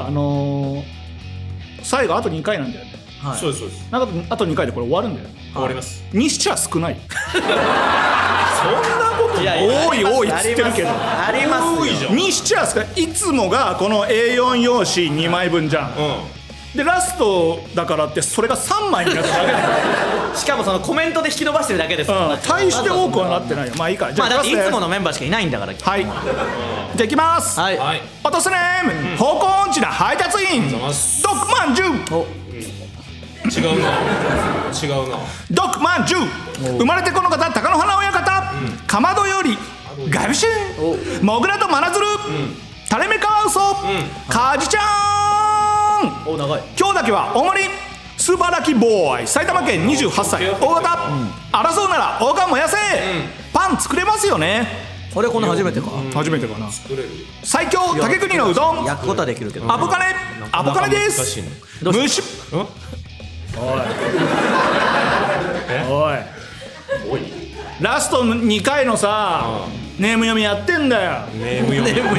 最後あと2回なんだよね。 そうです。 なんかあと2回でこれ終わるんだよ。 終わります。 にしちゃ少ない。 そんなこと多いっつってるけどありますよ。 にしちゃ少ない。いつもがこの A4 用紙2枚分じゃん。でラストだからってそれが3枚になっただけだよ。 しかもそのコメントで引き伸ばしてるだけですから。 大して多くはなってないよ。まあいいか。 じゃあだっていつものメンバーしかいないんだから。 はい。じゃあいきます。落とすネーム方向音痴な配達員ドックマンジュ。 違うなドックマンジュ。生まれてこの方貴乃花親方。かまどよりガビシュンモグラと真鶴垂れ目カワウソカジちゃん。 お長い。 今日だけは大盛りスーパーラッキーボーイ埼玉県28歳大型、争うなら王冠燃やせ、パン作れますよね。 これこの初めてか。 初めてかな。 作れる。 最強竹国のうどん焼くことはできるけど。 アボカネです蒸しおいラスト2回のさネーム読みやってんだよ。 ネーム読みこ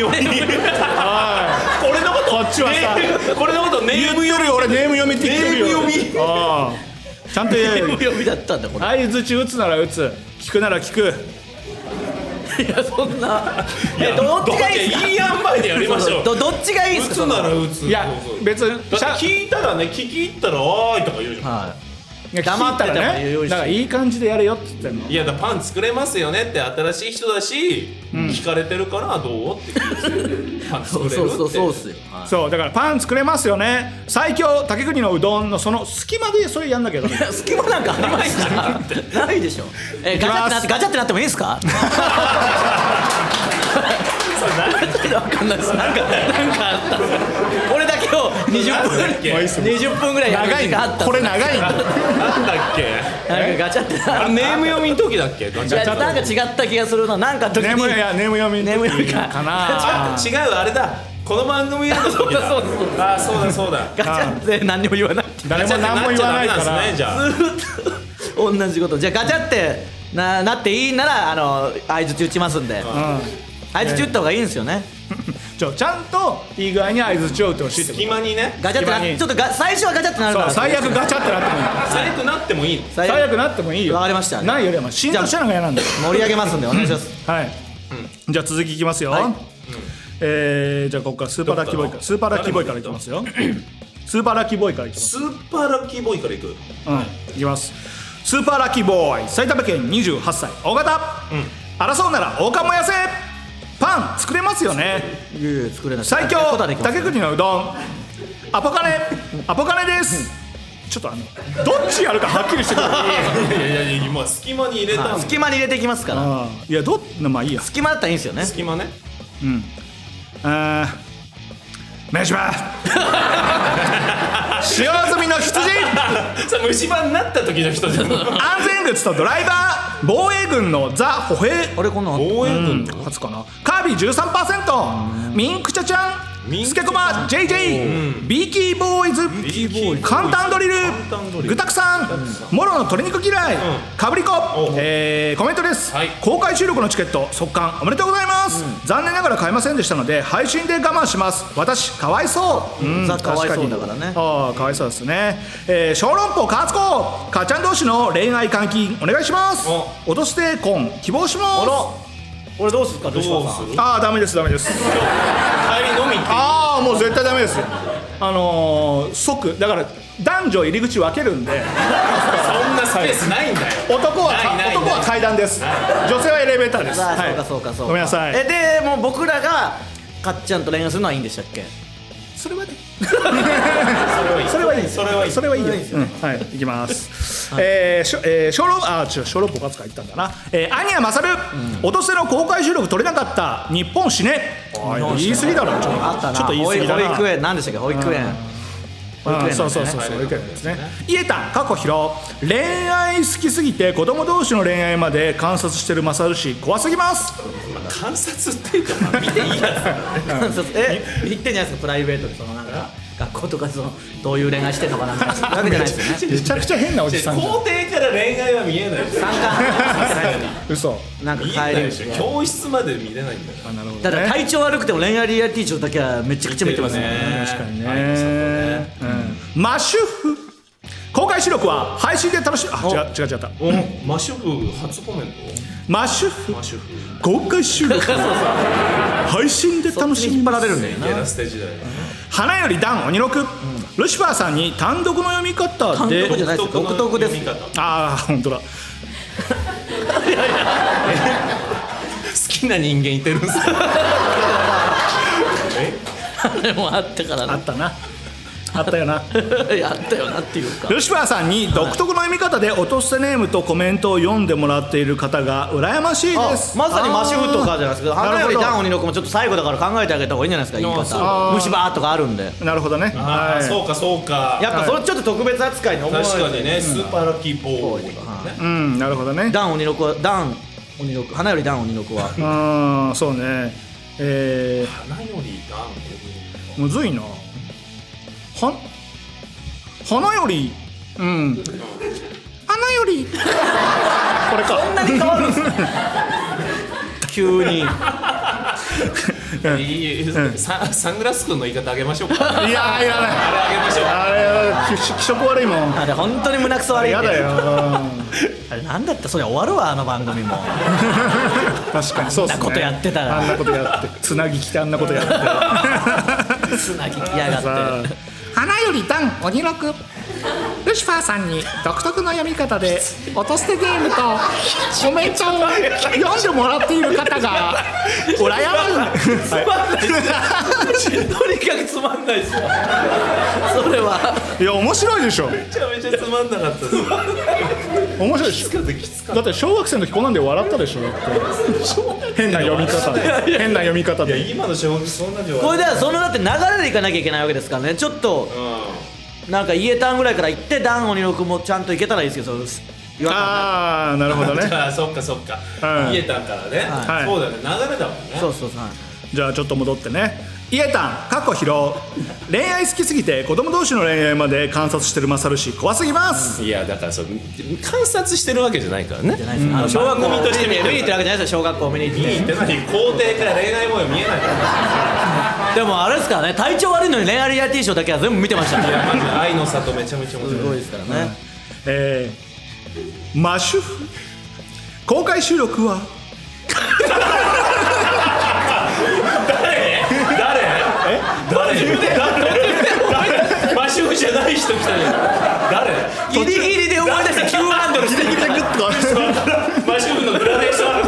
れのことこっちはさこれのことネーム読み俺ネーム読みって言ってるよ。ちゃんとネーム読みだったんだこれ。 相づち打つなら打つ、聞くなら聞く。 いやそんなどっちがいいですか。 いい塩梅でやりましょう。 どっちがいいですか。 打つなら打つ。 いや別に聞いたらね、聞き入ったらあーいとか言うじゃん。 はい。 黙ったらね、だからいい感じでやれよって言ってんの。 いやだパン作れますよねって新しい人だし、聞かれてるからどうって聞くパン作れるって。 そうっすよ。 そうだからパン作れますよね。最強竹国のうどんのその隙間でそれやんなきゃダメ。 隙間なんかありましたないでしょ。ガチャってなってもいいですか。わかんないです。なんかあったこれだけを20分ぐらいやる時間あった。 これ長いんだ。 なんだっけガチャってあれネーム読みの時だっけ。 なんか違った気がするな。なんか時にネーム読みかな。 違うあれだ。この番組やる時だ。ああそうだ。 ガチャって何にも言わない。 誰も何も言わないから。 ずっと同じこと。じゃあガチャってなっていいなら相づち打ちますんで。相づち打った方がいいんですよね。 ちゃんといい具合に相づちを打ってほしいってこと。 隙間にね。 ガチャってちょっと最初はガチャってなるから。 最悪ガチャってなってもいい。 最悪なってもいい。 最悪なってもいいよ。 わかりました。 ないよりは浸透したのが嫌なんだよ。 盛り上げますんでお願いします。 はい。じゃあ続きいきますよ。じゃあここからスーパーラッキーボーイからいきますよ。スーパーラッキーボーイからいきます。 スーパーラッキーボーイからいく。 いきます。スーパーラッキーボーイ埼玉県28歳大型、争うなら王冠燃やせ、パン作れますよね。 作れない。 最強竹国のうどんアポカネです。ちょっとどっちやるかはっきりしてくれ。 いや今隙間に入れたん。 隙間に入れていきますから。 いやまあいいや。 隙間だったらいいんですよね。 隙間ね。 お願いします。使用済みの羊。 虫歯になった時の人じゃん。 安全靴とドライバー。防衛軍のザ・歩兵。 あれこんなの防衛軍初かな。カービィ 13%。ミンクチャちゃん。スケコマ JJ、ビーキーボーイズ、簡単ドリル、グタクさん、モロの鶏肉嫌い、かぶりこ、コメントです。公開収録のチケット速完おめでとうございます。残念ながら買えませんでしたので配信で我慢します。私かわいそう。 かわいそうだからね。 かわいそうですね。小籠包カーツコかっちゃん同士の恋愛監禁お願いします。落として婚希望します。 俺どうするか。どうする。 ダメです。 帰り飲みって。 もう絶対ダメです。即だから男女入り口分けるんで。 そんなスペースないんだよ。 男は階段です。女性はエレベーターです。 そうか。 ごめんなさい。 でもう僕らがかっちゃんと恋愛するのはいいんでしたっけ。 それはね。 それはいいよ。 はい、いきます。小籠包かつか言ったんだな。兄や勝る、おとせの公開収録取れなかった日本死ね。言い過ぎだろ。ちょっと言い過ぎだな。 保育園何でしたっけ。保育園。 そう保育園ですね。イエタン過去広恋愛好きすぎて子供同士の恋愛まで観察してるマサル氏怖すぎます。 観察っていうか見ていいやつ。 言ってんじゃないですか。プライベートでなんか学校とかどういう恋愛してんのかなんてわけじゃないですよね。 めちゃくちゃ変なおじさん。 校庭から恋愛は見えない。 嘘。 なんか帰り道教室まで見れないんだよ。 だから体調悪くても恋愛リアリティショーだけはめちゃくちゃ見てますね。 確かにね。マシュフ公開収録は配信で楽しみ。違った。 マシュフ初コメント。 マシュフ公開収録配信で楽しみ。 引っ張られるんだよな。 花より段鬼六、ルシファーさんに単独の読み方で。 単独じゃないです。独特です。 本当だ。 好きな人間いてるんですか。 あれもあったから。 あったな。 あったよなあったよなっていうか、 ルシファーさんに独特の読み方で音捨てネームとコメントを読んでもらっている方が羨ましいです。 まさにマシュフとかじゃないですか。花よりダン鬼の子もちょっと最後だから考えてあげた方がいいんじゃないですか、言い方。虫歯とかあるんで。 なるほどね。 そうかそうか。 やっぱそれちょっと特別扱いに思われて、 確かにね、スーパーラッキーボーイとかね。 なるほどね。 ダン鬼の子は花よりダン鬼の子はそうね。 花よりダンむずいな。花より花よりこれか。 そんなに変わるんですか急にサングラス君の言い方あげましょうか。 いやいらない。 あれあげましょう。 あれ気色悪いもん。 あれ本当に胸くそ悪い。 やだよ。 あれなんだってそれ終わるわ、あの番組も。 確かにそうっすね。 あんなことやってたら、 あんなことやってつなぎ着てあんなことやってつなぎきやがって。 花よりダン鬼六ルシファーさんに独特の読み方で音捨てゲームとコメントを読んでもらっている方が羨ましい。 とにかくつまんないですよそれは。 いや面白いでしょ。 めちゃめちゃつまんなかったです。 面白いでしょ。だって小学生の時こんなんで笑ったでしょ。だって変な読み方で変な読み方で。 いや今の小学生そんなにこれではそのだって流れでいかなきゃいけないわけですからね。ちょっとなんかイエタンぐらいから行ってダン鬼六もちゃんといけたらいいですけど。 ああなるほどね。 じゃあそっかそっか。イエタンからね。そうだね、流れだもんね。 そうじゃあちょっと戻ってね。イエタン過去疲労。恋愛好きすぎて子供同士の恋愛まで観察してるマサル氏怖すぎます。 いやだから観察してるわけじゃないからね。 小学校として見に行ってるわけじゃないですよ。小学校見に行って。 校庭から恋愛模様見えないから。 でもあれですからね、体調悪いのに恋愛リアリティショーだけは全部見てましたね。 いやマジで愛の里めちゃめちゃ面白い。 すごいですからね。 マシュフ公開収録は誰マシュフじゃない人来たじゃん。誰ギリギリで思い出してQハンドルしてギリギリでグッとマシュフのグラデーション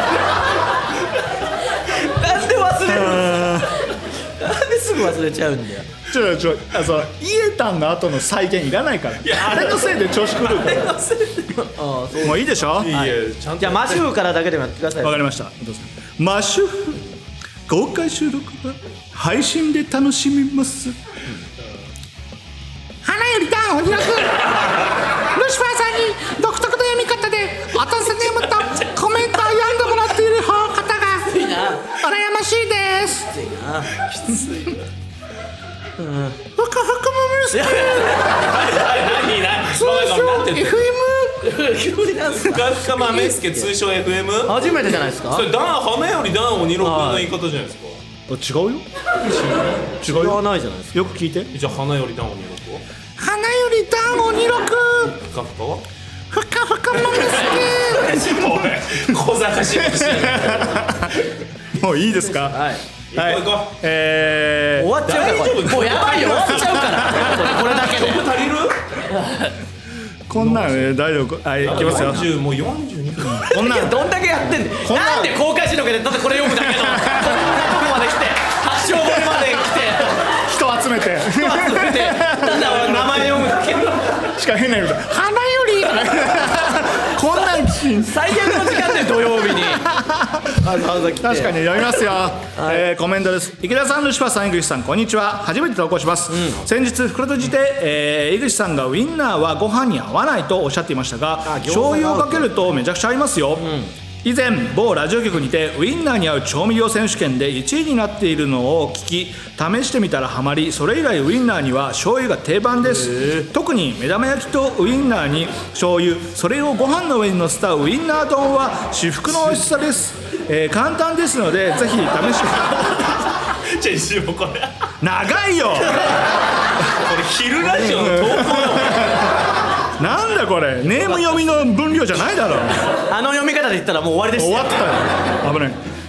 なんで忘れるんなんですぐ忘れちゃうんだよ。 イエタンの後の再現いらないから。あれのせいで調子狂うからもういいでしょ。 じゃあマシュフからだけでもやってください。 わかりました。マシュフ公開収録は配信で楽しみます。花よりダン鬼六ルシファーさんに独特の読み方で音捨てネームとコメントを読んでもらっている方が羨ましいです。 きついな。 ふかふかもみすけ通称 FM ふかふか豆すけ通称 FM 初めてじゃないですか。 それ花よりダン鬼六の言い方じゃないですか。 違うよ。 違わないじゃないですか。 よく聞いて。 じゃあ花よりダン鬼六は花よりダン鬼六ふかふかはふかふかもみすけ小賢しいもういいですか。 はい行こう。 終わっちゃうからもうやばいよ。終わっちゃうからこれだけで足りるこんなんね大丈夫。はい行きますよ。 もう42分こんなんどんだけやってんねん。なんで公開収録でだってこれ読むだけのこんなとこまで来て発祥堀まで来て人集めてなんだ俺名前読むだけしか変な言うと花よりこんなん最悪の時間で土曜日に確かに読みますよ。コメントです。池田さん、ルシファーさん、井口さん、こんにちは。初めて投稿します。先日袋とじて、井口さんがウインナーはご飯に合わないとおっしゃっていましたが、醤油をかけるとめちゃくちゃ合いますよ。以前某ラジオ局にてウインナーに合う調味料選手権で1位になっているのを聞き試してみたらハマり、それ以来ウインナーには醤油が定番です。特に目玉焼きとウインナーに醤油、それをご飯の上にのせたウインナー丼は至福の美味しさです。簡単ですのでぜひ試してもうこれ長いよこれ昼ラジオの投稿なんだこれネーム読みの分量じゃないだろ。 あの読み方で言ったらもう終わりです。 終わってたよ。危ない。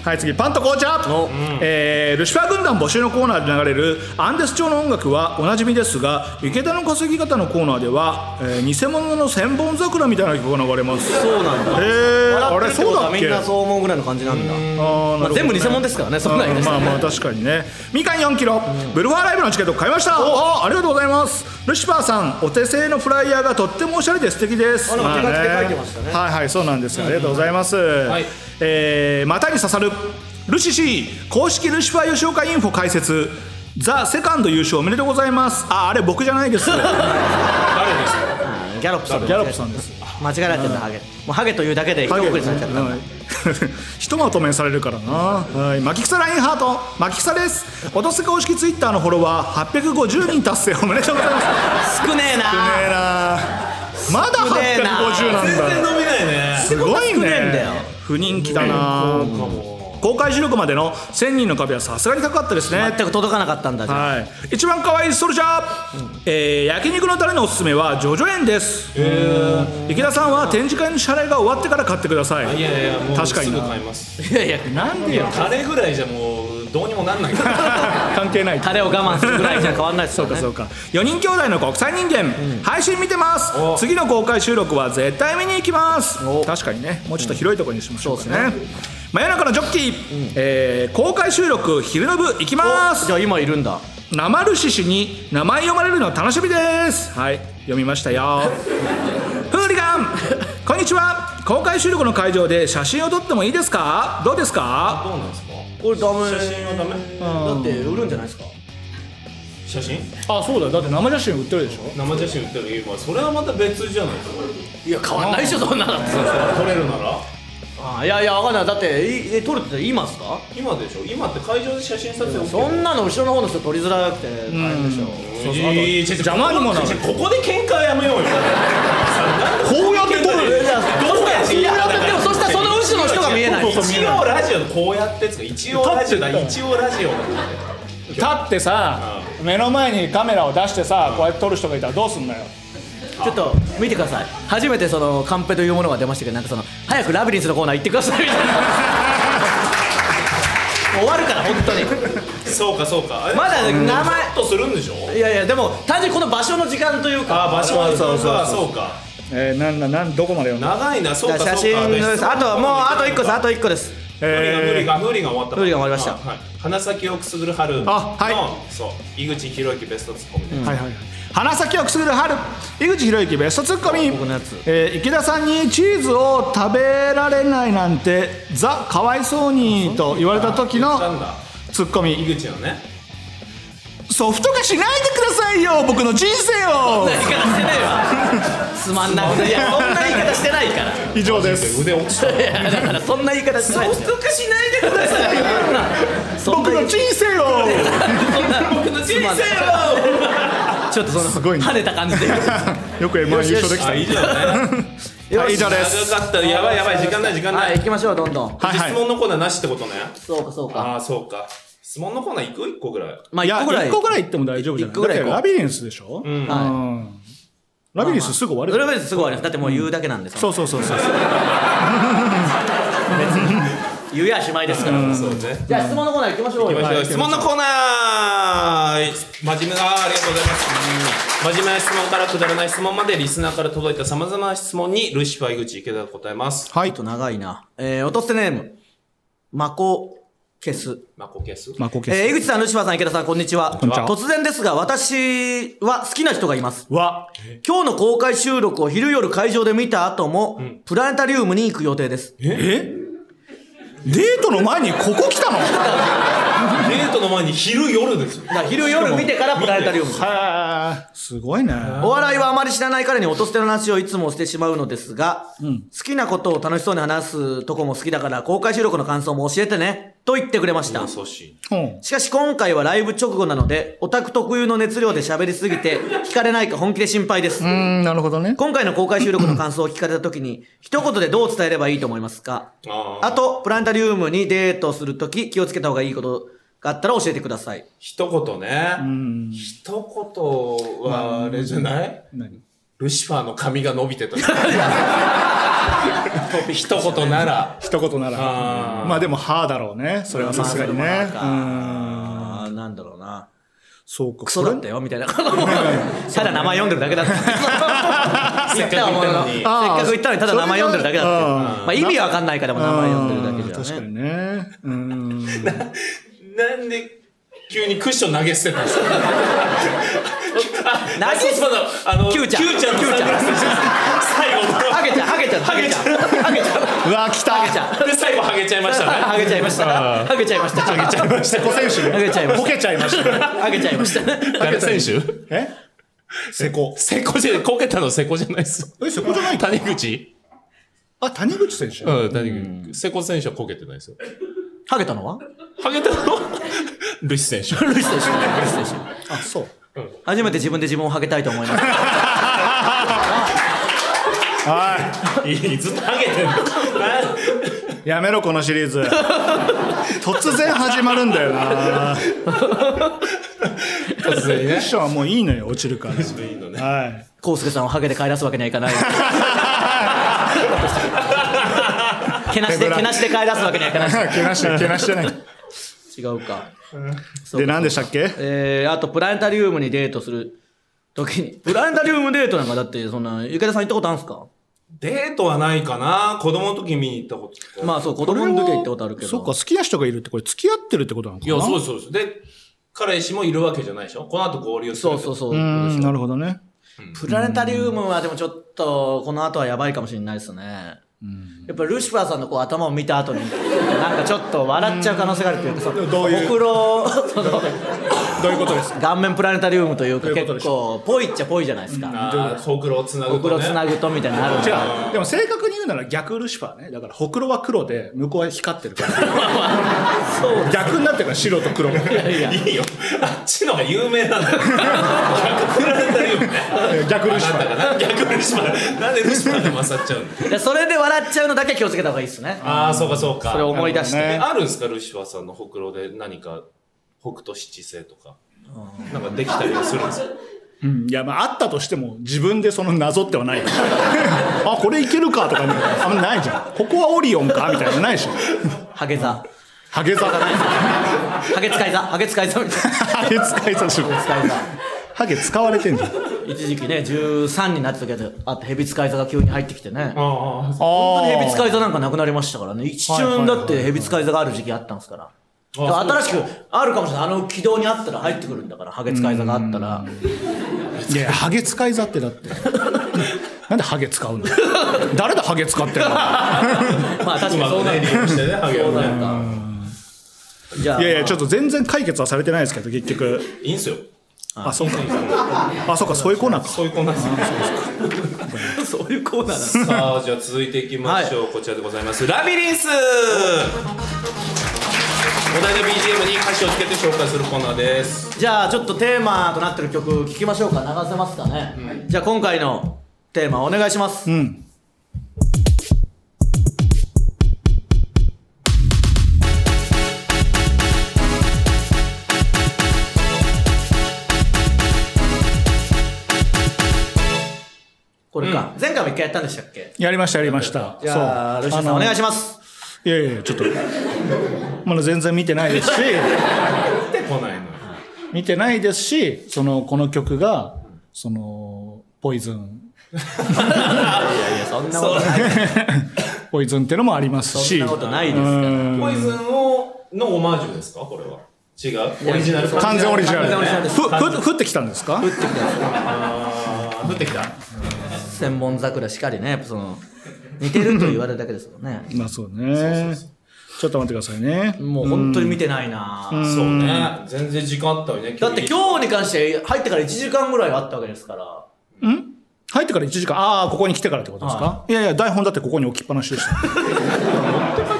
はい、次パンと紅茶、ルシファー軍団募集のコーナーで流れるアンデス調の音楽はおなじみですが、池田の稼ぎ方のコーナーでは、偽物の千本桜みたいな曲が流れます。 そうなんだ。 あれそうだっけ。 みんなそう思うぐらいの感じなんだ。全部偽物ですからね。そんなに。 まあ確かにね。みかん4キロ、ブルファーライブのチケット買いました。ありがとうございます。ルシファーさん、お手製のフライヤーがとってもおしゃれで素敵です。 手書きで書いてましたね。 はいはい、そうなんですよ。ありがとうございます。股に刺さるルシシー公式ルシファー吉岡インフォ解説、ザ・セカンド優勝おめでとうございます。あれ僕じゃないです。誰ですか。 ギャロップさん。 ギャロップさんです。 間違えられてんだ、ハゲ。もうハゲというだけで一送りされちゃったんだ。 ひとまとめされるからな。はい、マキクサラインハート、マキクサです。おとす公式ツイッターのフォロワー850人達成おめでとうございます。 少ねえな。 まだ850なんだ。 全然伸びないね。 すごいね。不人気だな。公開収録までの1000人の壁はさすがに高かったですね。 全く届かなかったんだじゃあ。 はい。一番可愛いソルジャー、焼肉のタレのおすすめはジョジョ園です。池田さんは展示会の謝礼が終わってから買ってください。 いやいや、もう確かにすぐ買います。 いやいや、なんでよ。 タレぐらいじゃもうどうにもなんないから。 関係ない。 タレを我慢するぐらいじゃ変わんないですよね。 そうか。4人兄弟の国際人間、配信見てます。次の公開収録は絶対見に行きます。確かにね、もうちょっと広いところにしましょうかね。真夜中のジョッキー、公開収録昼の部行きます。 じゃあ今いるんだ。 生ルシシに名前読まれるの楽しみです。はい、読みましたよ。フーリガンこんにちは。公開収録の会場で写真を撮ってもいいですか。どうですか。 どうなんですか。 これダメ。 写真はダメ。 だって売るんじゃないですか。 写真。 あ、そうだよ。だって生写真売ってるでしょ。 生写真売ってる。それはまた別じゃないですか。 いや変わんないでしょそんなの。 撮れるなら。 いやわかんない。だって撮るって今ですか。 今でしょ。今って会場で写真撮影。 そんなの後ろの方の人撮りづらくて大変でしょ。 邪魔にもなる。 ここで喧嘩やめようよ。 こうやって撮る。 どうやってでもそしたらその後ろの人が見えない。 一応ラジオこうやってつか一応ラジオだ。一応ラジオだ。 立ってさ、目の前にカメラを出してさ、こうやって撮る人がいたらどうすんのよ。 ちょっと見てください。初めてそのカンペというものが出ましたけど、なんかその早くラビリンスのコーナー行ってくださいみたいな。もう終わるから本当に。 そうか。 まだ名前とするんでしょ。 いやでも単純にこの場所の時間というか。 場所の時間か。そうか。 どこまで読んだ。 長いな。そうか。 写真です。あともうあと1個です。あと1個です。 フーリガン終わった。 フーリガン終わりました。 花咲をくすぐる春のそう井口博之ベストツッコミ。花咲をくすぐる春井口博之ベストツッコミ。池田さんにチーズを食べられないなんてザかわいそうにと言われた時のツッコミ。井口のね。ソフト化しないでくださいよ僕の人生を。そんな言い方してないわ。つまんなくて。いやそんな言い方してないから。以上です。腕落ちた。いやだからそんな言い方してない。ソフト化しないでくださいよ僕の人生を。僕の人生を。ちょっとその跳ねた感じで。よく M1 優勝できた。以上ね。以上です。長かった。やばい時間ない。はい行きましょうどんどん。質問のコーナーなしってことね。そうか。ああそうか。質問のコーナー行く？1個ぐらい。まあ1個ぐらい行っても大丈夫じゃない。だってラビリンスでしょ。ラビリンスすぐ終わる。ラビリンスすぐ終わります。だってもう言うだけなんです。そう。言うやしまいですから。じゃあ質問のコーナー行きましょうよ。質問のコーナー。真面目なありがとうございます。真面目な質問からくだらない質問までリスナーから届いた様々な質問にルシファー井口池田が答えます。はい。と長いな。おとすてネームマコ消す。江口さん、ルシファーさん、池田さん、こんにちは。突然ですが、私は好きな人がいます。今日の公開収録を昼夜会場で見た後も、プラネタリウムに行く予定です。デートの前にここ来たの？デートの前に昼夜ですよ。昼夜見てからプラネタリウム。すごいね。お笑いはあまり知らない彼に音捨ての話をいつもしてしまうのですが、好きなことを楽しそうに話すとこも好きだから公開収録の感想も教えてねと言ってくれました。しかし今回はライブ直後なのでオタク特有の熱量で喋りすぎて聞かれないか本気で心配です。なるほどね。今回の公開収録の感想を聞かれた時に一言でどう伝えればいいと思いますか？あとプラネタリウムにデートするとき気をつけた方がいいことがあったら教えてください。一言ね。一言はあれじゃない？ルシファーの髪が伸びてた。 一言なら。 一言なら。まあでも、はだろうね。それはさすがにね。 なんだろうな。 そうか。 クソだったよ、みたいな。ただ名前読んでるだけだった。せっかく言ったのに。せっかく言ったのに、ただ名前読んでるだけだった。まあ意味わかんないからも名前読んでるだけじゃね。 確かにね。 なんで、急にクッション投げ捨てたんですか投げ捨てたキューちゃんのサングラス最後ハゲちゃんうわ、来たで、最後ハゲちゃいましたね。 ハゲちゃいました瀬古選手ハゲちゃいましたボケちゃいましたハゲちゃいました誰選手瀬古じゃ、こけたの瀬古じゃないです。 瀬古じゃない谷口谷口選手谷口。瀬古選手はこけてないですよ。 ハゲたのはルイス選手。 あ、そう。 初めて自分で自分をハゲたいと思います。 はい。 ずっとハゲてんの。 やめろ、このシリーズ。突然始まるんだよな。 突然ね。 クッションはもういいのよ、落ちるから。 いいのね。 はい。 コウスケさんをハゲで帰らすわけにはいかない。けなして帰らすわけにはいかない。 けなしてない。 違うか。 で、何でしたっけ？ あと、プラネタリウムにデートするときに。プラネタリウムデートなんかだって、そんな、ゆけださん行ったことあるんすか？ デートはないかな。子供の時見に行ったこと。 まあそう、子供の時は行ったことあるけど。 そっか、好きな人がいるってこれ付き合ってるってことなのかな？ いや、そうです。で、彼氏もいるわけじゃないでしょ。この後合流する。 そう。 なるほどね。 プラネタリウムはでもちょっと、この後はやばいかもしれないですね。やっぱりルシファーさんのこう頭を見た後になんかちょっと笑っちゃう可能性があるっていうか、 どういうほくろどういうことですか？ 顔面プラネタリウムというか結構ぽいっちゃぽいじゃないですか。 ほくろをつなぐとね。 ほくろつなぐとみたいなのあるんで。 違う。でも正確に言うなら逆ルシファーね。だからほくろは黒で向こうは光ってるから。 そう逆になってるから白と黒。 いいよ。あっちのが有名なんだよ。逆プラネタリウムね。 逆ルシファー。 逆ルシファー。なんでルシファーで勝っちゃうの？ それで笑っちゃうのだけ気をつけた方がいいですね。 ああ、そうか。 それを思い出して。 あるんですか、ルシファーさんのほくろで何か北斗七星とかなんかできたりするんですか？ いや、まああったとしても自分でそのなぞってはないあ、これいけるかとか、ね、あんまないじゃん。ここはオリオンかみたいなないでしょ。 ハゲ座ハゲ座がない。 ハゲ使い座みたいな。 ハゲ使い座しろ。ハゲ使われてんじゃん。 一時期ね、13になった時あって、ヘビ使い座が急に入ってきてね。本当にヘビ使い座なんかなくなりましたからね。一瞬だってヘビ使い座がある時期あったんですから。新しくあるかもしれない。軌道にあったら入ってくるんだから、ハゲ使い座があったら。 いや、ハゲ使い座ってだって。なんでハゲ使うの？誰だハゲ使ってるの？ まあ確かにそうなんだ。そうなんだ。 じゃあ。いや、ちょっと全然解決はされてないですけど、結局。 いいんすよ。 あ、そうか。あ、そうか、そういうコーナーか。 そういうコーナーです。そういうコーナーです。 さあ、じゃあ続いていきましょう。こちらでございます。ラビリンス。お題の BGM に歌詞をつけて紹介するコーナーです。 じゃあちょっとテーマとなってる曲聴きましょうか。流せますかね。じゃあ今回のテーマお願いします。これか。前回も一回やったんでしたっけ？ やりました。 じゃあルシファーさんお願いします。 いやちょっとまだ全然見てないですし見てないですし、この曲がポイズンいやそんなことないポイズンってのもありますし、 そんなことないですから。 ポイズンのオマージュですか？これは違う？オリジナル？ 完全オリジナル。降ってきたんですか？ 降ってきた。 千本桜しかりね、似てると言われるだけですもんね。 まあそうね。ちょっと待ってくださいね。 もう本当に見てないな。 そうね。全然時間あったのにね。 だって今日に関して入ってから1時間ぐらいあったわけですから。 入ってから1時間。ああ、ここに来てからってことですか？いや台本だってここに置きっぱなしでした。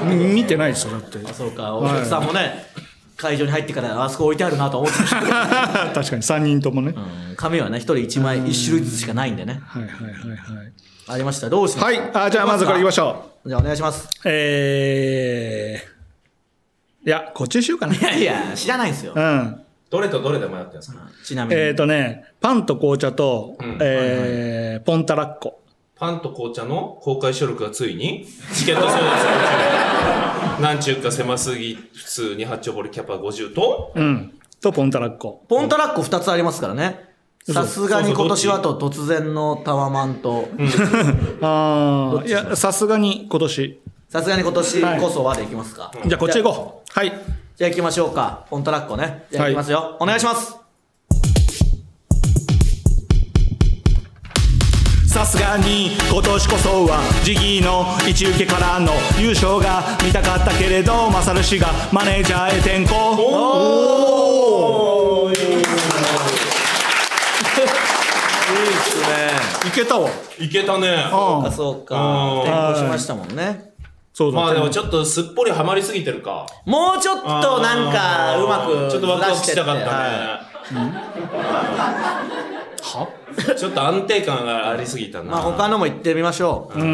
見てないですよだって。 そうか。お客さんもね、会場に入ってからあそこ置いてあるなと思ってました。 確かに3人ともね。 紙はね、1人1枚1種類ずつしかないんでね。 はい。 ありました。どうしますか？ はい。じゃあまずこれいきましょう。じゃあお願いします。 いや、こっちにしようかな。 いや、知らないんですよ。 どれとどれで迷ってるんですか？ ちなみに。 パンと紅茶と、ポンタラッコ。 パンと紅茶の公開収録がついにチケット争奪戦なんちゅうか狭すぎ普通に八丁堀キャパ50ととポンタラッコ 2つありますからね。さすがに今年はと突然のタワマンと。 ああ、いや、さすがに今年こそはでいきますか。 じゃあこっち行こう。はい。 じゃあ行きましょうか。ポンタラッコね。じゃあ行きますよ。お願いします。 さすがに今年こそはジギーの一受けからの優勝が見たかったけれど、マサル氏がマネージャーへ転向。おー、いいですね。いけたわ。 いけたね。 そうか。転向しましたもんね。 そうだ。 まあでもちょっとすっぽりはまりすぎてるか。 もうちょっとなんかうまくちょっとワクワクしたかったね。ちょっと安定感がありすぎたな。 まあ他のも言ってみましょう。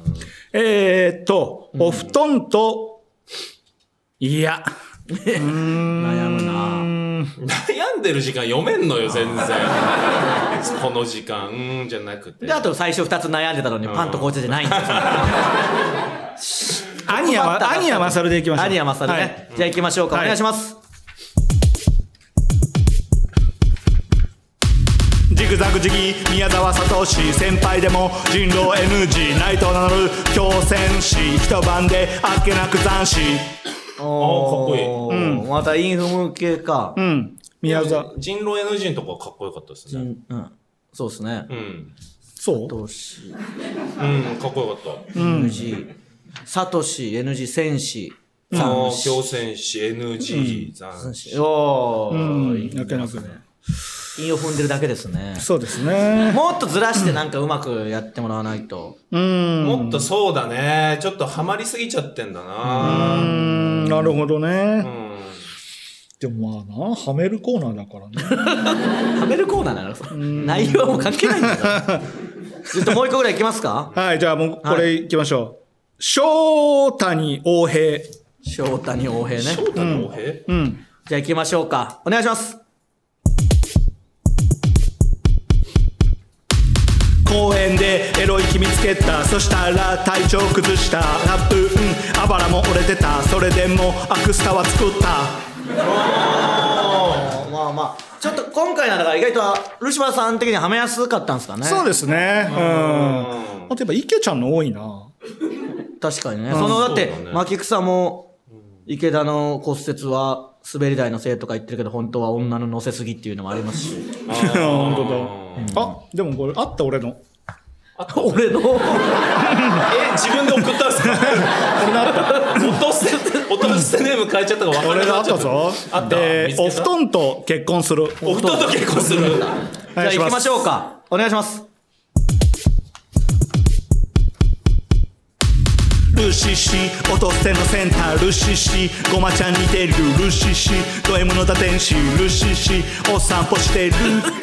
お布団と、いや。 悩むな。 悩んでる時間読めんのよ、全然。この時間、じゃなくて。 で、あと最初2つ悩んでたのに、パンと紅茶じゃないんですよ。 アニヤマサルでいきましょう。 アニヤマサルね。じゃあ行きましょうか。お願いします。 ジグザグジギ宮沢聡先輩でも人狼 NG ナイトを名乗る強戦士、一晩であっけなく斬死。 かっこいい。またインフム系か。 宮沢。 人狼 NG のとこはかっこよかったですね。 そうですね。 そう？ かっこよかった。 NG。サトシ、NG、戦士。 強戦士、NG、斬死。 いいなけなくね。 韻を踏んでるだけですね。 そうですね。 もっとずらしてなんかうまくやってもらわないと。 もっとそうだね。ちょっとハマりすぎちゃってんだな。 なるほどね。でもまあな、はめるコーナーだからね。 はめるコーナーなの？内容はもう関係ないんだから。ずっともう一個ぐらいいきますか？ はい、じゃあもうこれいきましょう。翔谷王平。 翔谷王平ね。 翔谷王平？ じゃあ行きましょうか。お願いします。 公園でエロい気見つけた、そしたら体調崩した。ラップあばらも折れてた。それでもアクスタは作った。 まあまあちょっと今回なんだから意外とルシファーさん的にはめやすかったんですかね。 そうですね。あとやっぱ池ちゃんの多いな。 確かにね。だって牧草も池田の骨折は滑り台のせいとか言ってるけど、本当は女の乗せすぎっていうのもありますし。 本当だ。でもこれあった俺の。 俺の自分で送ったんすか？俺のあった。落としてネーム変えちゃったか分からなくなっちゃった。 俺があったぞ。お布団と結婚する。 お布団と結婚する。 じゃあ行きましょうか。お願いします。 ルシシ落とせのセンタールシシゴマちゃん似てるルシシド M の打天使ルシシお散歩してる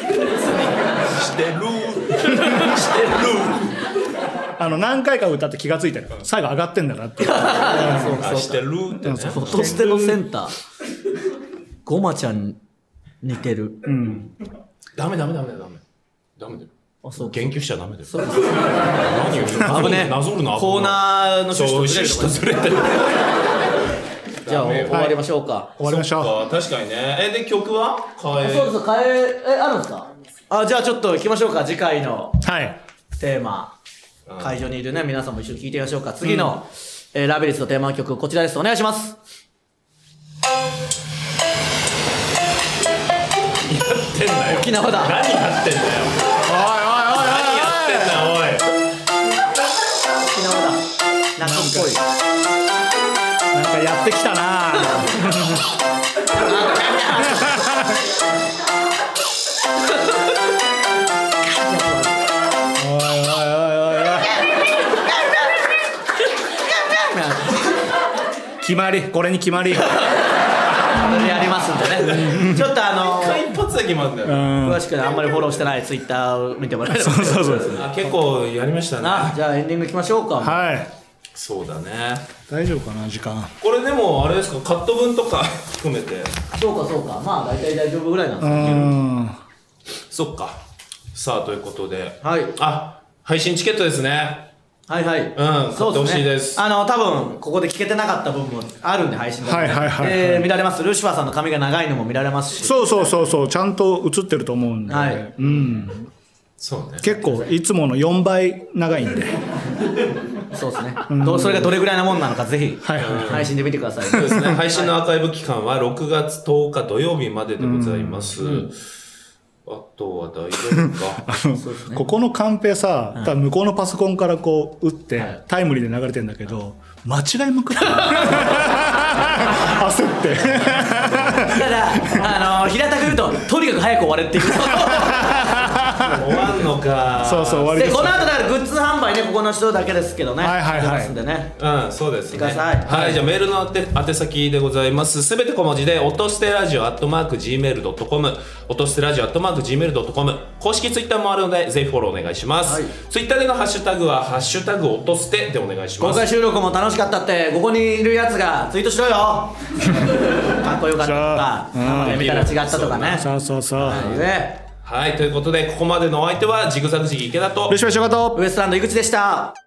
何回か歌って気がついてる。最後上がってんだなって。 そうしてるってね。 落とせのセンターゴマちゃん似てる。 ダメだよ。言及しちゃダメだよ。何を危ねえ。コーナーの趣旨とずれてる。じゃあ終わりましょうか。 終わりましょう。確かにね。で曲は変え。 そうです。変えあるんですか？じゃあちょっと行きましょうか。次回のテーマ。会場にいるね皆さんも一緒に聞いてみましょうか。次のラビリンスのテーマ曲こちらです。お願いします。 やってんだよ。 沖縄だ。 何やってんだよ。何やってんだよおい。 沖縄だ。夏っぽい。 なんかやってきたな。決まり、これに決まり。 やりますんでね。ちょっと一発で決まるんだよ。 詳しくあんまりフォローしてないツイッターを見てもらえれば。 そう結構やりましたね。 じゃあエンディングいきましょうか。 はい。 そうだね。 大丈夫かな時間。 これでもあれですか、カット分とか含めて。 そうか。まあ大体大丈夫ぐらいなんですけど。 そっか。さあということで。 はい。 配信チケットですね。 はいはい。 うん、買ってほしいです。 多分、ここで聞けてなかった部分もあるんで、配信で。 はいはいはい。 見られます。ルシファーさんの髪が長いのも見られますし。 そうそうそうそう、ちゃんと映ってると思うんで。 はい。 うん。 そうね。 結構、いつもの4倍長いんで。 そうですね。それがどれぐらいなもんなのか、ぜひ、配信で見てください。 そうですね。配信のアーカイブ期間は6月10日土曜日まででございます。あとは大丈夫かここのカンペさ、多分向こうのパソコンからこう打って、タイムリーで流れてんだけど、間違いまくって焦ってただ平たく言うととにかく早く終われっていう終わんのか。 そうそう終わりです。 でこの後だからグッズ販売ね、ここの人だけですけどね。 はいはいはい。 んでね。 うん、そうですね。 ください。 はい、じゃあメールの宛先でございます。すべて小文字で、音捨てラジオ@gmail.com、音捨てラジオ@gmail.com、公式ツイッターもあるので、ぜひフォローお願いします。ツイッターでのハッシュタグは、ハッシュタグ音捨てでお願いします。 公開収録も楽しかったって、ここにいるやつがツイートしろよ。かっこよかったとか、生で見たら違ったとかね。 そうそうそう。 はい、ということで、ここまでのお相手は、ジグザグジギ池田と、 ルシファー翔と、 ウエストランド井口でした。